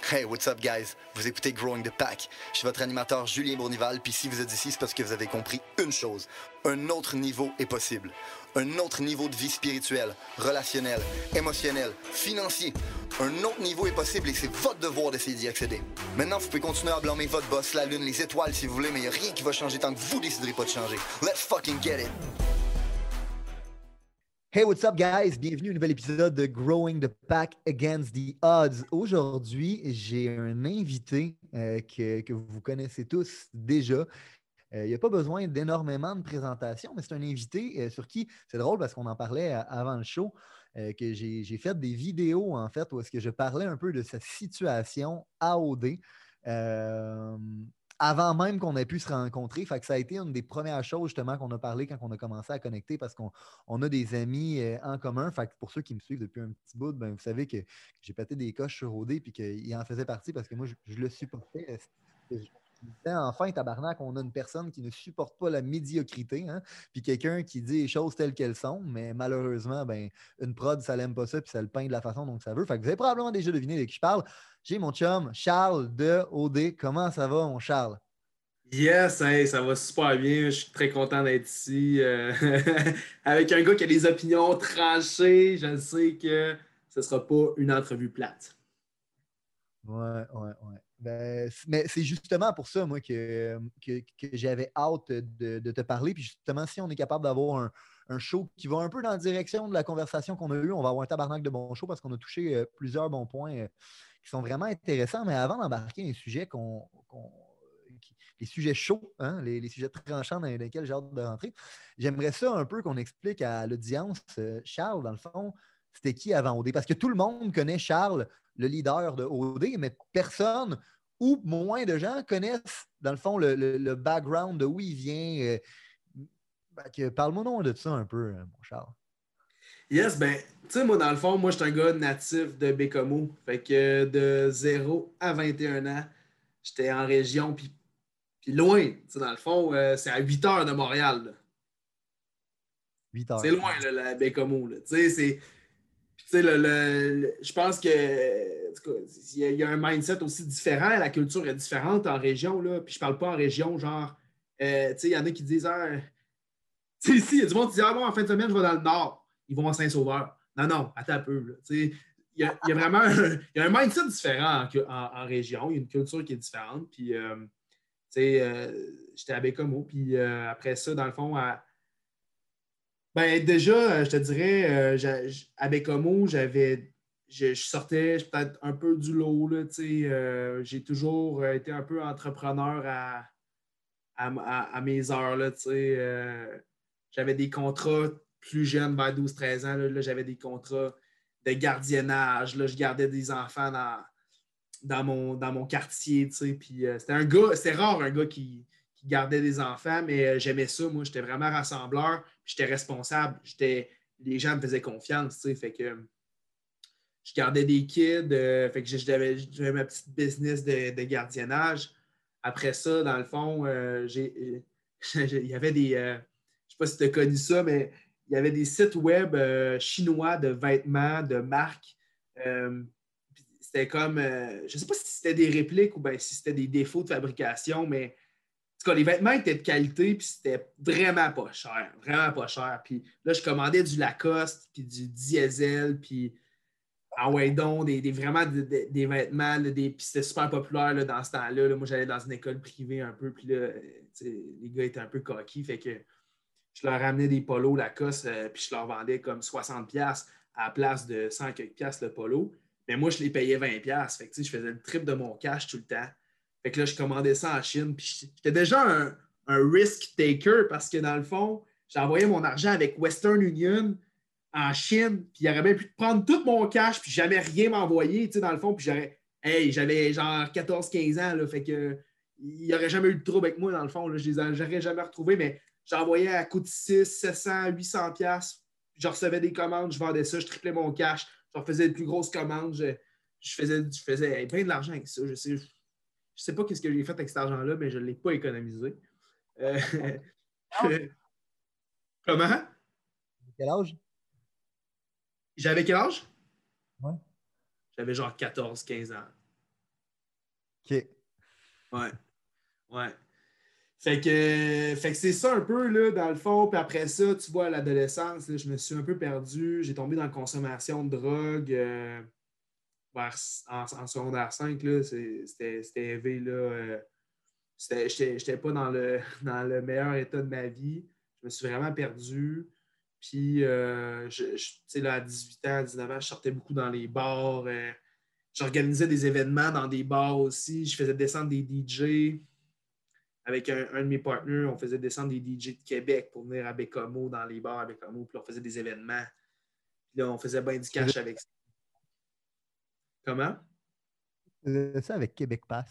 Hey, what's up, guys? Vous écoutez Growing the Pack. Je suis votre animateur Julien Bournival, puis si vous êtes ici, c'est parce que vous avez compris une chose. Un autre niveau est possible. Un autre niveau de vie spirituelle, relationnelle, émotionnelle, financier. Un autre niveau est possible et c'est votre devoir d'essayer d'y accéder. Maintenant, vous pouvez continuer à blâmer votre boss, la lune, les étoiles si vous voulez, mais il n'y a rien qui va changer tant que vous déciderez pas de changer. Let's fucking get it! Hey, what's up, guys? Bienvenue à un nouvel épisode de Growing the Pack Against the Odds. Aujourd'hui, j'ai un invité que vous connaissez tous déjà. Il n'y a pas besoin d'énormément de présentation, mais c'est un invité sur qui, c'est drôle parce qu'on en parlait avant le show, que j'ai fait des vidéos, en fait, où est-ce que je parlais un peu de sa situation AOD. Avant même qu'on ait pu se rencontrer. Fait que ça a été une des premières choses justement qu'on a parlé quand on a commencé à connecter parce qu'on a des amis en commun. Fait que pour ceux qui me suivent depuis un petit bout, ben, vous savez que j'ai pété des coches sur OD et qu'il en faisait partie parce que moi, je le supportais. Je me disais, enfin, tabarnak, on a une personne qui ne supporte pas la médiocrité, hein, puis quelqu'un qui dit les choses telles qu'elles sont, mais malheureusement, ben, une prod, ça l'aime pas ça, puis ça le peint de la façon dont ça veut. Fait que vous avez probablement déjà deviné de qui je parle. J'ai mon chum Charles de OD. Comment ça va, mon Charles? Yes, hey, ça va super bien. Je suis très content d'être ici. Avec un gars qui a des opinions tranchées, je sais que ce ne sera pas une entrevue plate. Ouais. Ben, mais c'est justement pour ça, moi, que j'avais hâte de te parler. Puis justement, si on est capable d'avoir un show qui va un peu dans la direction de la conversation qu'on a eue, on va avoir un tabarnak de bons shows parce qu'on a touché plusieurs bons points qui sont vraiment intéressants. Mais avant d'embarquer dans les sujets les sujets chauds, hein, les sujets tranchants dans lesquels j'ai hâte de rentrer, j'aimerais ça un peu qu'on explique à l'audience, Charles, dans le fond, c'était qui avant OD? Parce que tout le monde connaît Charles, le leader de OD, mais personne ou moins de gens connaissent, dans le fond, le background de où il vient. Parle-moi de ça un peu, mon Charles. Yes, ben, tu sais, moi, dans le fond, moi, je suis un gars natif de Bécomo. Fait que de 0 à 21 ans, j'étais en région, puis loin. Tu sais, dans le fond, c'est à 8 heures de Montréal, là. 8 C'est heures. loin, là, la Bécomo, là. Tu sais, c'est... Tu sais, je pense que en tout cas, il y a un mindset aussi différent. La culture est différente en région. Là. Puis je parle pas en région, genre, tu sais, il y en a qui disent, ah, tu sais, ici, il y a du monde qui dit, ah bon, en fin de semaine, je vais dans le nord. Ils vont à Saint-Sauveur. Non, attends un peu. Là. Tu sais, il y a vraiment il y a un mindset différent en région. Il y a une culture qui est différente. Puis, tu sais, j'étais à Bécomo. Puis après ça, dans le fond, ben, déjà, je te dirais, à Bécomo, je sortais peut-être un peu du lot. Là, j'ai toujours été un peu entrepreneur à mes heures. Là, j'avais des contrats plus jeunes, vers 12-13 ans. Là, j'avais des contrats de gardiennage. Là, je gardais des enfants dans mon quartier. Puis, c'était rare un gars qui gardait des enfants, mais j'aimais ça. Moi, j'étais vraiment rassembleur. J'étais responsable. Les gens me faisaient confiance. Fait que je gardais des kids. Fait que j'avais ma petite business de gardiennage. Après ça, dans le fond, il y avait des. Je ne sais pas si tu as connu ça, mais il y avait des sites web chinois de vêtements, de marques. C'était comme. Je ne sais pas si c'était des répliques ou bien si c'était des défauts de fabrication, mais en tout cas, les vêtements étaient de qualité, puis c'était vraiment pas cher. Vraiment pas cher. Puis là, je commandais du Lacoste, puis du Diesel, puis ah ouais, donc, vraiment des vêtements, là, puis c'était super populaire là, dans ce temps-là. Là. Moi, j'allais dans une école privée un peu, puis là, les gars étaient un peu coquis, fait que je leur ramenais des polos Lacoste, puis je leur vendais comme 60$ à la place de 100 quelques piastres le polo. Mais moi, je les payais 20$. Fait que je faisais le trip de mon cash tout le temps. Fait que là, je commandais ça en Chine. Puis j'étais déjà un risk taker parce que dans le fond, j'envoyais mon argent avec Western Union en Chine, puis il aurait bien pu prendre tout mon cash, puis jamais rien m'envoyer, tu sais, dans le fond, puis j'avais genre 14-15 ans, là, fait que il n'y aurait jamais eu de trouble avec moi, dans le fond, là, je les aurais jamais retrouvés, mais j'envoyais à coût de 6, 700, 800$, je recevais des commandes, je vendais ça, je triplais mon cash, je refaisais de plus grosses commandes, je faisais plein de l'argent avec ça, je sais pas qu'est-ce que j'ai fait avec cet argent-là, mais je ne l'ai pas économisé. Comment? Quel âge? J'avais quel âge? Ouais. J'avais genre 14-15 ans. OK. Ouais. Ouais. Fait que c'est ça un peu, là, dans le fond. Puis après ça, tu vois, à l'adolescence, là, je me suis un peu perdu. J'ai tombé dans la consommation de drogue en secondaire 5. Là, c'était élevé. Là, j'étais pas dans dans le meilleur état de ma vie. Je me suis vraiment perdu. Puis, tu sais, là, à 18 ans, 19 ans, je sortais beaucoup dans les bars. J'organisais des événements dans des bars aussi. Je faisais descendre des DJ. Avec un de mes partenaires, on faisait descendre des DJ de Québec pour venir à Bécomo, dans les bars à Bécomo, puis on faisait des événements. Puis là, on faisait bien du cash avec ça. Comment? Ça avec Québec Pass.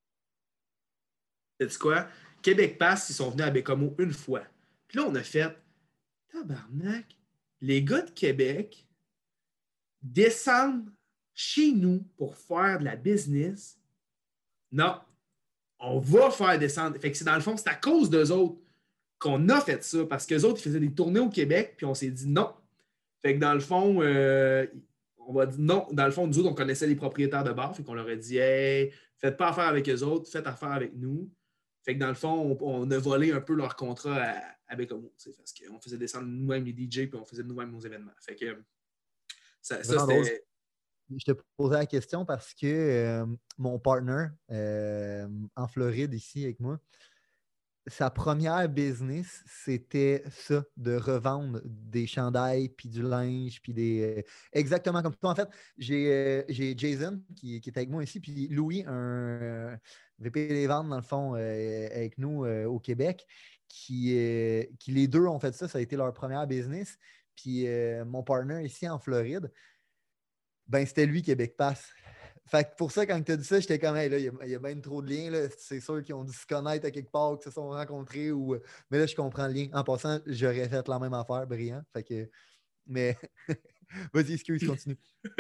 Sais-tu quoi? Québec Pass, ils sont venus à Bécomo une fois. Puis là, on a fait tabarnak. Les gars de Québec descendent chez nous pour faire de la business. Non, on va faire descendre. Fait que c'est dans le fond, c'est à cause d'eux autres qu'on a fait ça, parce qu'eux autres, ils faisaient des tournées au Québec, puis on s'est dit non. Fait que dans le fond, on va dire non. Dans le fond, nous autres, on connaissait les propriétaires de bars, fait qu'on leur a dit hey, faites pas affaire avec eux autres, faites affaire avec nous. Fait que dans le fond, on a volé un peu leur contrat à Bécomo, parce qu'on faisait descendre nous-mêmes les DJ, puis on faisait nous-mêmes nos événements. Fait que ça c'était. Je te posais la question parce que mon partner en Floride, ici avec moi, sa première business, c'était ça, de revendre des chandails, puis du linge, puis des... exactement comme toi. En fait, j'ai Jason qui est avec moi ici, puis Louis, un VP des ventes, dans le fond, avec nous au Québec, qui les deux ont fait ça. Ça a été leur première business. Puis mon partner ici en Floride, ben c'était lui Québec Pass. Fait que pour ça, quand tu as dit ça, j'étais comme, hey, là, il y a bien trop de liens. Là. C'est sûr qu'ils ont dû se connaître à quelque part, qu'ils se sont rencontrés. Mais là, je comprends le lien. En passant, j'aurais fait la même affaire, brillant. Fait que... Mais vas-y, excuse, continue.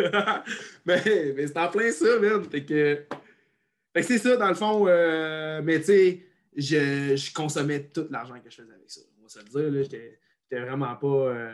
mais c'est en plein ça, man. Fait que c'est ça, dans le fond. Mais tu sais, je consommais tout l'argent que je faisais avec ça. On va se le dire, là, j'étais vraiment pas.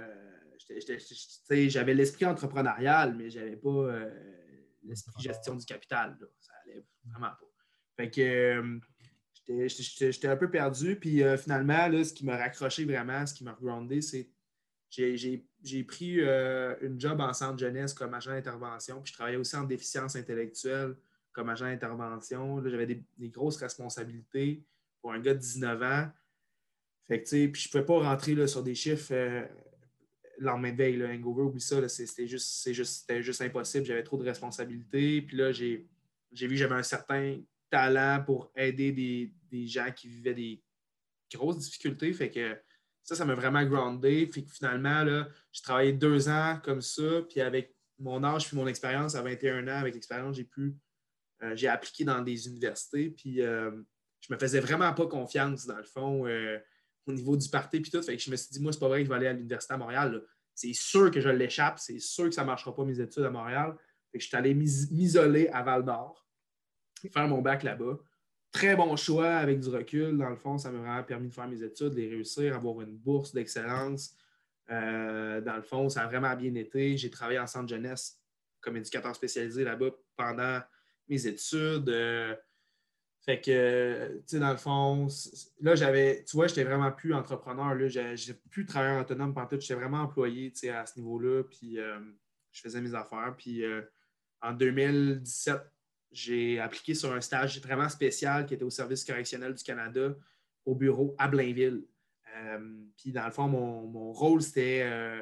J'avais l'esprit entrepreneurial, mais j'avais pas l'esprit gestion du capital. Là. Ça allait vraiment pas. Fait que j'étais un peu perdu. Puis finalement, là, ce qui m'a raccroché vraiment, ce qui m'a regroundé, c'est j'ai pris une job en centre jeunesse comme agent d'intervention. Puis je travaillais aussi en déficience intellectuelle comme agent d'intervention. Là, j'avais des grosses responsabilités pour un gars de 19 ans. Fait que, puis je ne pouvais pas rentrer là, sur des chiffres le lendemain de veille. Là, hangover, oublie ça, là, c'était juste impossible. J'avais trop de responsabilités. Puis là, j'ai vu que j'avais un certain talent pour aider des gens qui vivaient des grosses difficultés. Fait que ça m'a vraiment groundé. Fait que finalement, là, j'ai travaillé 2 ans comme ça. Puis avec mon âge puis mon expérience, à 21 ans, avec l'expérience, j'ai appliqué dans des universités. Puis je me faisais vraiment pas confiance, dans le fond, au niveau du party puis tout. Fait que je me suis dit, moi, c'est pas vrai que je vais aller à l'université à Montréal. Là. C'est sûr que je l'échappe. C'est sûr que ça ne marchera pas mes études à Montréal. Fait que je suis allé m'isoler à Val-d'Or, faire mon bac là-bas. Très bon choix avec du recul. Dans le fond, ça m'a vraiment permis de faire mes études, de les réussir, avoir une bourse d'excellence. Dans le fond, ça a vraiment bien été. J'ai travaillé en centre jeunesse comme éducateur spécialisé là-bas pendant mes études. Fait que, tu sais, dans le fond, là, tu vois, j'étais vraiment plus entrepreneur. Là, j'ai plus travailleur autonome pendant tout. J'étais vraiment employé, tu sais, à ce niveau-là. Puis, je faisais mes affaires. Puis, en 2017, j'ai appliqué sur un stage vraiment spécial qui était au Service correctionnel du Canada au bureau à Blainville. Puis, dans le fond, mon rôle, c'était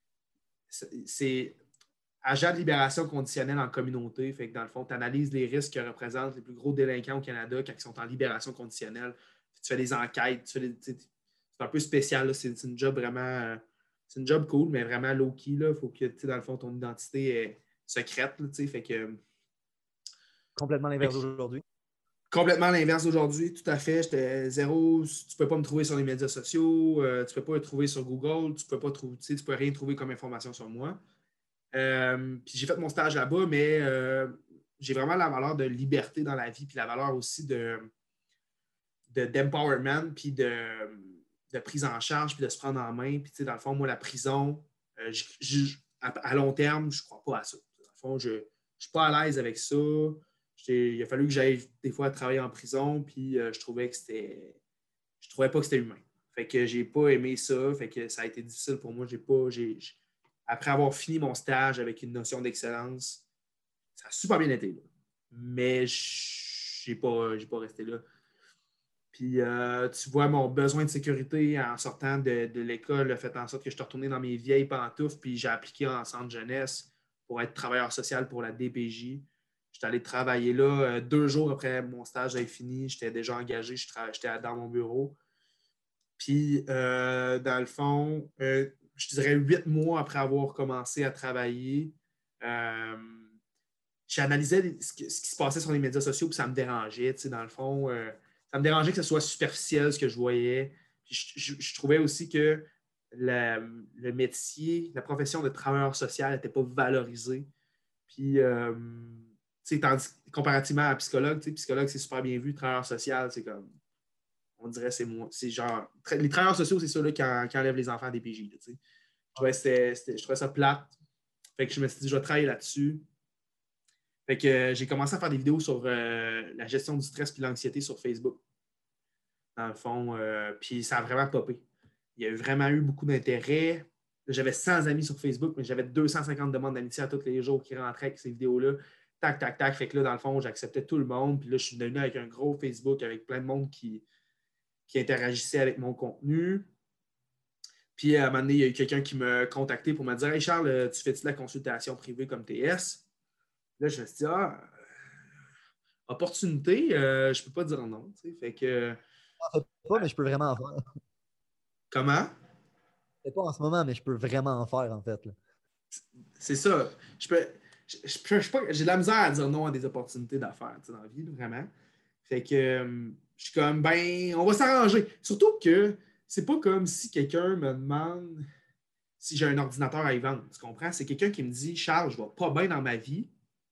c'est agent de libération conditionnelle en communauté. Fait que dans le fond, tu analyses les risques que représentent les plus gros délinquants au Canada quand ils sont en libération conditionnelle. Tu fais des enquêtes. C'est un peu spécial. Là. C'est une job vraiment... c'est une job cool, mais vraiment low-key. Il faut que, dans le fond, ton identité est secrète. Là, fait que... Complètement l'inverse d'aujourd'hui. Complètement l'inverse d'aujourd'hui, tout à fait. J'étais zéro. Tu ne peux pas me trouver sur les médias sociaux. Tu ne peux pas me trouver sur Google. Tu ne peux rien trouver comme information sur moi. Puis j'ai fait mon stage là-bas, mais j'ai vraiment la valeur de liberté dans la vie, puis la valeur aussi d'empowerment, puis de prise en charge, puis de se prendre en main. Puis dans le fond, moi, la prison, à long terme, je ne crois pas à ça. Dans le fond, je ne suis pas à l'aise avec ça. Il a fallu que j'aille des fois travailler en prison, puis je trouvais pas que c'était humain. Fait que j'ai pas aimé ça, fait que ça a été difficile pour moi. Après avoir fini mon stage avec une notion d'excellence, ça a super bien été, là. Mais j'ai pas resté là. Puis tu vois, mon besoin de sécurité en sortant de l'école a fait en sorte que je suis retourné dans mes vieilles pantoufles, puis j'ai appliqué en centre jeunesse pour être travailleur social pour la DPJ. J'étais allé travailler là 2 jours après mon stage avait fini. J'étais déjà engagé, j'étais dans mon bureau. Puis, dans le fond, je dirais 8 mois après avoir commencé à travailler, j'analysais ce qui se passait sur les médias sociaux, puis ça me dérangeait. Dans le fond, ça me dérangeait que ce soit superficiel ce que je voyais. Puis je trouvais aussi que le métier, la profession de travailleur social n'était pas valorisée. Puis, comparativement à psychologue, psychologue, c'est super bien vu. Travailleur social, c'est comme, on dirait, c'est moi. C'est genre, les travailleurs sociaux, c'est ceux-là qui enlèvent les enfants des PJ. Je trouvais ça plate. Fait que je me suis dit, je vais travailler là-dessus. Fait que j'ai commencé à faire des vidéos sur la gestion du stress et l'anxiété sur Facebook. Dans le fond, puis ça a vraiment popé. Il y a vraiment eu beaucoup d'intérêt. J'avais 100 amis sur Facebook, mais j'avais 250 demandes d'amitié à tous les jours qui rentraient avec ces vidéos-là. Tac, tac, tac. Fait que là, dans le fond, j'acceptais tout le monde. Puis là, je suis devenu avec un gros Facebook avec plein de monde qui interagissait avec mon contenu. Puis à un moment donné, il y a eu quelqu'un qui m'a contacté pour me dire « Hey Charles, tu fais-tu de la consultation privée comme TS? » Là, je me suis dit, opportunité, je peux pas dire non. Fait que. En fait, pas, mais je peux vraiment en faire. Comment? C'est pas en ce moment, mais je peux vraiment en faire, en fait. Là. C'est ça. J'ai de la misère à dire non à des opportunités d'affaires dans la vie, vraiment. Fait que je suis comme, ben, on va s'arranger. Surtout que c'est pas comme si quelqu'un me demande si j'ai un ordinateur à y vendre. Tu comprends? C'est quelqu'un qui me dit, Charles, je vais pas bien dans ma vie.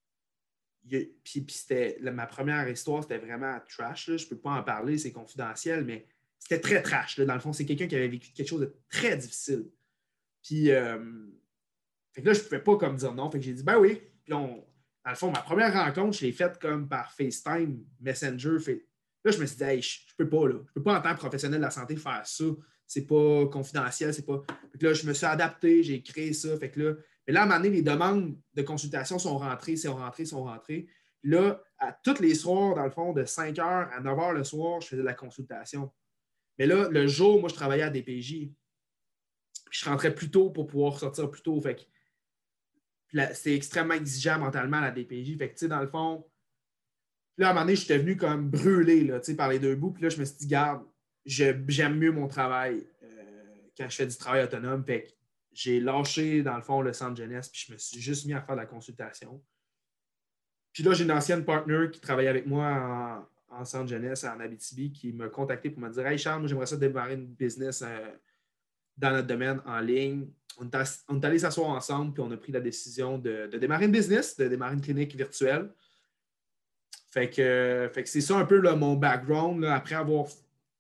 Puis ma première histoire, c'était vraiment trash. Là. Je ne peux pas en parler, c'est confidentiel, mais c'était très trash. Là. Dans le fond, c'est quelqu'un qui avait vécu quelque chose de très difficile. Puis, fait que là, je ne pouvais pas comme dire non. Fait que j'ai dit, ben oui. Puis, dans le fond, ma première rencontre, je l'ai faite comme par FaceTime, Messenger. Là, je me suis dit, hey, je peux pas, là. Je peux pas, en tant que professionnel de la santé, faire ça. C'est pas confidentiel, c'est pas. Fait que là, je me suis adapté, j'ai créé ça. Fait que là, mais là, à un moment donné, les demandes de consultation sont rentrées. Puis là, à tous les soirs, dans le fond, de 5 h à 9 h le soir, je faisais de la consultation. Mais là, le jour, moi, je travaillais à DPJ. Puis je rentrais plus tôt pour pouvoir sortir plus tôt. Fait que c'est extrêmement exigeant mentalement, la DPJ. Fait que, tu sais, dans le fond, là, à un moment donné, je suis devenu comme brûlé là, par les deux bouts. Puis là, je me suis dit, garde, j'aime mieux mon travail quand je fais du travail autonome. Fait que j'ai lâché, dans le fond, le centre jeunesse, puis je me suis juste mis à faire de la consultation. Puis là, j'ai une ancienne partner qui travaillait avec moi en centre jeunesse en Abitibi qui m'a contacté pour me dire « Hey Charles, moi, j'aimerais ça démarrer une business dans notre domaine en ligne. » On est allés s'asseoir ensemble, puis on a pris la décision de démarrer une business, de démarrer une clinique virtuelle. Fait que c'est ça un peu là, mon background. Là, après avoir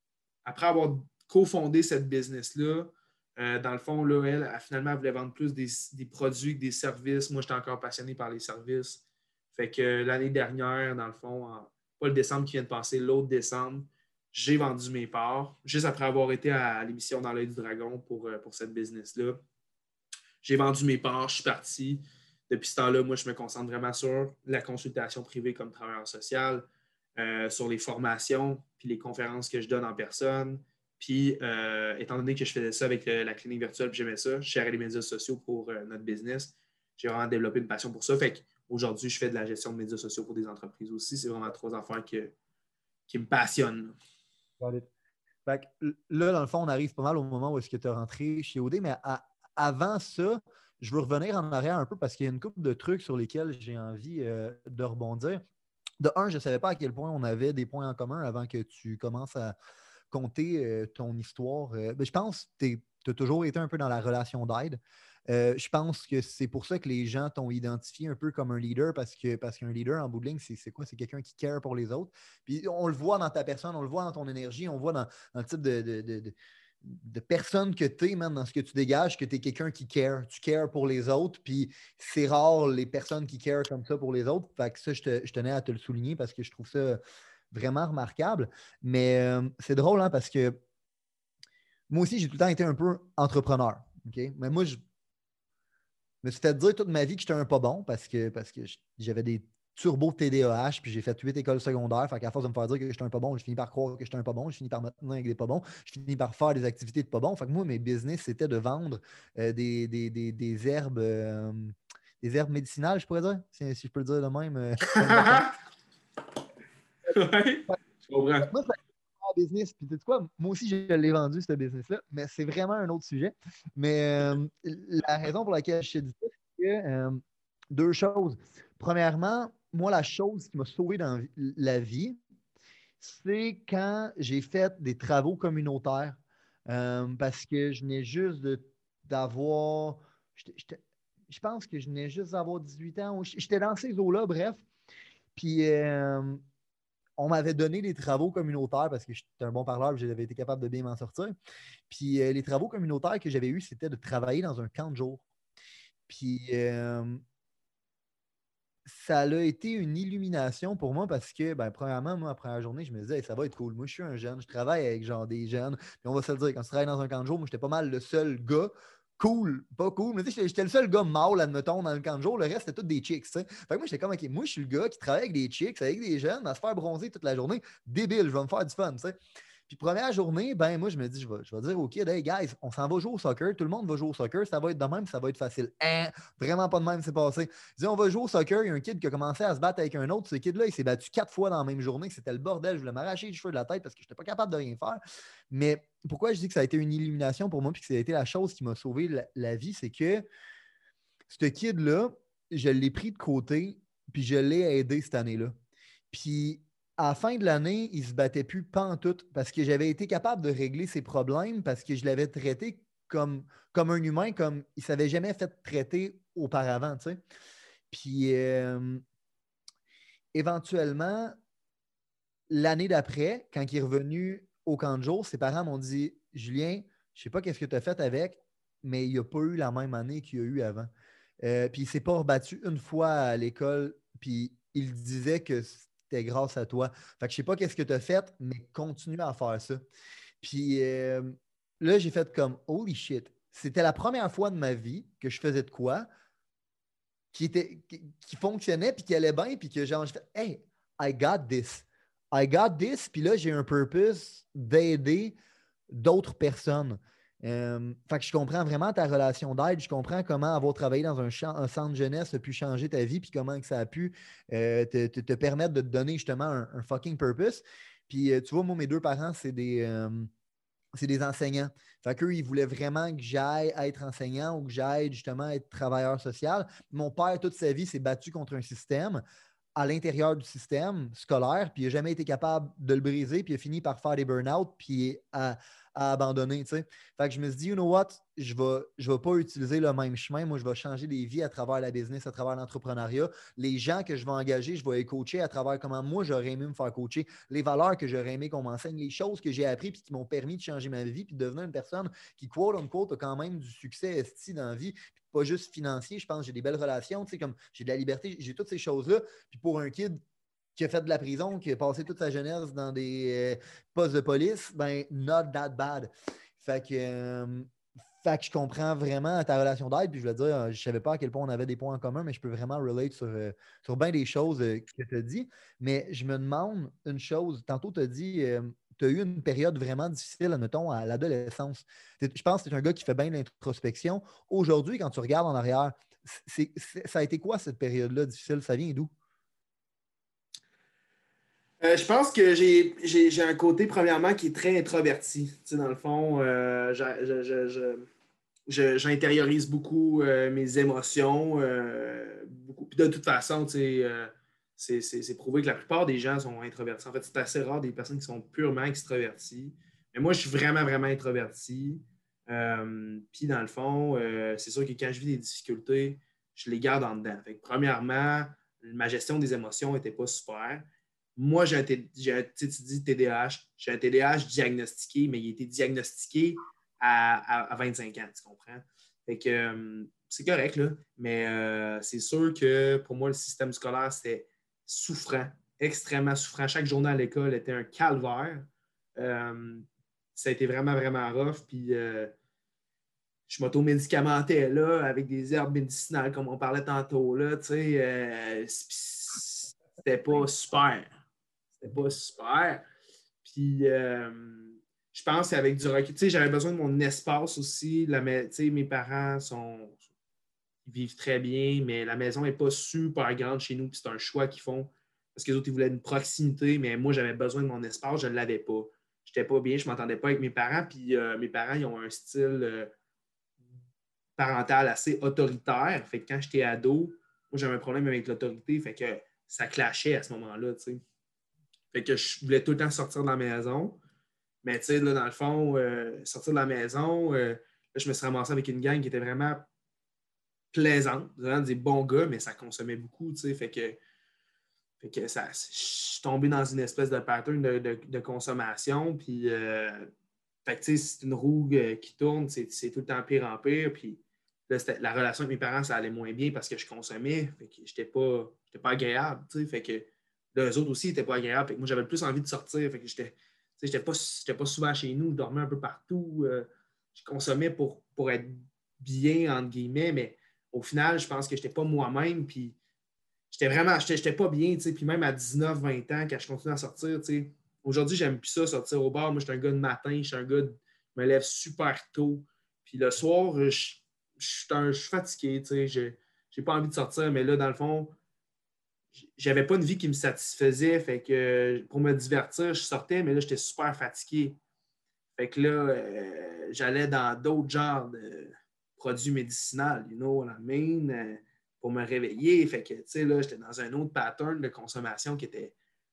cofondé cette business-là, dans le fond, là, elle finalement, elle voulait vendre plus des produits que des services. Moi, j'étais encore passionné par les services. Fait que l'année dernière, dans le fond, pas le décembre qui vient de passer, l'autre décembre, j'ai vendu mes parts, juste après avoir été à l'émission Dans l'œil du dragon pour cette business-là. J'ai vendu mes parts, je suis parti. Depuis ce temps-là, moi, je me concentre vraiment sur la consultation privée comme travailleur social, sur les formations, puis les conférences que je donne en personne. Puis, étant donné que je faisais ça avec la clinique virtuelle, puis j'aimais ça, je gérais les médias sociaux pour notre business. J'ai vraiment développé une passion pour ça. Fait qu'aujourd'hui, je fais de la gestion de médias sociaux pour des entreprises aussi. C'est vraiment 3 affaires qui me passionnent. Fait que là, dans le fond, on arrive pas mal au moment où est-ce que tu es rentré chez OD, mais avant ça, je veux revenir en arrière un peu parce qu'il y a une couple de trucs sur lesquels j'ai envie de rebondir. De un, je ne savais pas à quel point on avait des points en commun avant que tu commences à compter ton histoire. Je pense que tu as toujours été un peu dans la relation d'aide. Je pense que c'est pour ça que les gens t'ont identifié un peu comme un leader parce qu'un leader, en bout de ligne, c'est quoi? C'est quelqu'un qui care pour les autres. Puis on le voit dans ta personne, on le voit dans ton énergie, on le voit dans le type de personne que tu es, man, dans ce que tu dégages, que tu es quelqu'un qui care. Tu cares pour les autres, puis c'est rare les personnes qui care comme ça pour les autres. Fait que ça, je tenais à te le souligner parce que je trouve ça vraiment remarquable. Mais c'est drôle, hein, parce que moi aussi, j'ai tout le temps été un peu entrepreneur. OK? Mais moi, je me suis fait dire toute ma vie que j'étais un pas bon parce que j'avais des turbo TDAH, puis j'ai fait 8 écoles secondaires. Fait qu'à force de me faire dire que j'étais un pas bon, je finis par croire que j'étais un pas bon, je finis par me tenir avec des pas bons, je finis par faire des activités de pas bons. Fait que moi, mes business, c'était de vendre des herbes médicinales, je pourrais dire, si je peux le dire de même. Ouais, je comprends. Moi, ça a été un business. Puis, tu sais quoi, moi aussi, je l'ai vendu, ce business-là, mais c'est vraiment un autre sujet. Mais la raison pour laquelle je te dis ça, c'est que deux choses. Premièrement, moi, la chose qui m'a sauvé dans la vie, c'est quand j'ai fait des travaux communautaires. Parce que je venais juste d'avoir. Je pense que je venais juste d'avoir 18 ans. J'étais dans ces eaux-là, bref. Puis on m'avait donné des travaux communautaires parce que j'étais un bon parleur et j'avais été capable de bien m'en sortir. Puis les travaux communautaires que j'avais eus, c'était de travailler dans un camp de jour. Puis ça a été une illumination pour moi parce que, ben, premièrement, moi, la première journée, je me disais, hey, ça va être cool. Moi, je suis un jeune, je travaille avec genre des jeunes. Puis on va se le dire, quand tu travailles dans un camp de jour, moi, j'étais pas mal le seul gars cool, pas cool, mais tu sais, j'étais le seul gars mâle, admettons, dans le camp de jour. Le reste, c'était tous des chicks, tu sais. Fait que moi, j'étais comme, OK, moi, je suis le gars qui travaille avec des chicks, avec des jeunes, à se faire bronzer toute la journée. Débile, je vais me faire du fun, tu sais. Puis première journée, ben moi, je me dis, je vais dire OK, hey guys, on s'en va jouer au soccer, tout le monde va jouer au soccer, ça va être de même, ça va être facile. Hein? Vraiment pas de même, c'est passé. Je dis, on va jouer au soccer, il y a un kid qui a commencé à se battre avec un autre. Ce kid-là, il s'est battu 4 fois dans la même journée, c'était le bordel, je voulais m'arracher les cheveux de la tête parce que je n'étais pas capable de rien faire. Mais pourquoi je dis que ça a été une illumination pour moi puis que ça a été la chose qui m'a sauvé la vie, c'est que ce kid-là, je l'ai pris de côté puis je l'ai aidé cette année-là. Puis à la fin de l'année, il ne se battait plus pantoute parce que j'avais été capable de régler ses problèmes parce que je l'avais traité comme un humain, comme il ne s'avait jamais fait traiter auparavant. Tu sais. Puis éventuellement, l'année d'après, quand il est revenu au camp de jour, ses parents m'ont dit Julien, je ne sais pas qu'est-ce que tu as fait avec, mais il n'a pas eu la même année qu'il y a eu avant. Puis il ne s'est pas rebattu une fois à l'école, puis il disait que c'était grâce à toi. Fait que je ne sais pas qu'est-ce que tu as fait, mais continue à faire ça. Puis là, j'ai fait comme holy shit. C'était la première fois de ma vie que je faisais de quoi qui fonctionnait, puis qui allait bien, puis que genre, j'ai fait hey, I got this. I got this, puis là, j'ai un purpose d'aider d'autres personnes. Fait que je comprends vraiment ta relation d'aide. Je comprends comment avoir travaillé dans un centre jeunesse a pu changer ta vie, puis comment que ça a pu te permettre de te donner justement un fucking purpose. Puis tu vois, moi, mes deux parents, c'est des enseignants. Fait qu'eux, ils voulaient vraiment que j'aille être enseignant ou que j'aille justement être travailleur social. Mon père, toute sa vie, s'est battu contre un système à l'intérieur du système scolaire, puis il n'a jamais été capable de le briser, puis il a fini par faire des burn-out, puis à abandonner. Tu sais. Fait que je me suis dit, you know what, je vais pas utiliser le même chemin. Moi, je vais changer des vies à travers la business, à travers l'entrepreneuriat. Les gens que je vais engager, je vais les coacher à travers comment moi, j'aurais aimé me faire coacher, les valeurs que j'aurais aimé qu'on m'enseigne, les choses que j'ai apprises puis qui m'ont permis de changer ma vie puis de devenir une personne qui, quote unquote, a quand même du succès esti dans la vie, pas juste financier. Je pense que j'ai des belles relations, tu sais, comme j'ai de la liberté, j'ai toutes ces choses-là. Puis pour un kid qui a fait de la prison, qui a passé toute sa jeunesse dans des postes de police, ben, not that bad. Fait que je comprends vraiment ta relation d'aide. Puis je veux dire, je ne savais pas à quel point on avait des points en commun, mais je peux vraiment relate sur bien des choses que tu as dit. Mais je me demande une chose. Tantôt, tu as dit, tu as eu une période vraiment difficile, admettons, à l'adolescence. Je pense que tu es un gars qui fait bien l'introspection. Aujourd'hui, quand tu regardes en arrière, ça a été quoi cette période-là difficile? Ça vient d'où? Je pense que j'ai un côté, premièrement, qui est très introverti. Tu sais, dans le fond, j'intériorise beaucoup mes émotions. Beaucoup. Puis de toute façon, tu sais, c'est prouvé que la plupart des gens sont introvertis. En fait, c'est assez rare des personnes qui sont purement extroverties. Mais moi, je suis vraiment, vraiment introverti. Puis dans le fond, c'est sûr que quand je vis des difficultés, je les garde en dedans. Fait que, premièrement, ma gestion des émotions n'était pas super. Moi, tu dis TDAH, j'ai un TDAH diagnostiqué, mais il a été diagnostiqué à 25 ans, tu comprends? Fait que c'est correct, là, mais c'est sûr que pour moi, le système scolaire, c'était souffrant, extrêmement souffrant. Chaque journée à l'école était un calvaire. Ça a été vraiment, vraiment rough. Puis je m'auto-médicamentais là, avec des herbes médicinales, comme on parlait tantôt. Là, c'était pas super. C'était pas super. Puis je pense qu'avec du recul, j'avais besoin de mon espace aussi. Mes parents ils vivent très bien, mais la maison n'est pas super grande chez nous. Puis c'est un choix qu'ils font. Parce que les autres, ils voulaient une proximité, mais moi, j'avais besoin de mon espace, je ne l'avais pas. Je n'étais pas bien, je ne m'entendais pas avec mes parents. Puis mes parents, ils ont un style parental assez autoritaire. Fait que quand j'étais ado, moi, j'avais un problème avec l'autorité. Fait que ça clashait à ce moment-là, tu sais. Fait que je voulais tout le temps sortir de la maison. Mais tu sais, là, dans le fond, sortir de la maison, là, je me suis ramassé avec une gang qui était vraiment plaisante, vraiment des bons gars, mais ça consommait beaucoup, tu sais. Fait que je suis tombé dans une espèce de pattern de consommation. Puis, fait que, tu sais, c'est une roue qui tourne, c'est tout le temps pire en pire. Puis, là, la relation avec mes parents, ça allait moins bien parce que je consommais. Fait que j'étais pas agréable, tu sais. Fait que là, eux autres aussi n'étaient pas agréables. Fait que moi, j'avais plus envie de sortir. Fait que j'étais pas souvent chez nous. Je dormais un peu partout. Je consommais pour être bien, entre guillemets. Mais au final, je pense que j'étais pas moi-même. Puis, j'étais pas bien, tu sais. Puis même à 19, 20 ans, quand je continuais à sortir, tu sais. Aujourd'hui, j'aime plus ça, sortir au bar. Moi, je suis un gars de matin, je me lève super tôt. Puis le soir, je suis fatigué, tu sais. J'ai pas envie de sortir, mais là, dans le fond, j'avais pas une vie qui me satisfaisait. Fait que pour me divertir, je sortais, mais là, j'étais super fatigué. Fait que là, j'allais dans d'autres genres de produits médicinaux, la main, pour me réveiller. Fait que, tu sais, là, j'étais dans un autre pattern de consommation qui était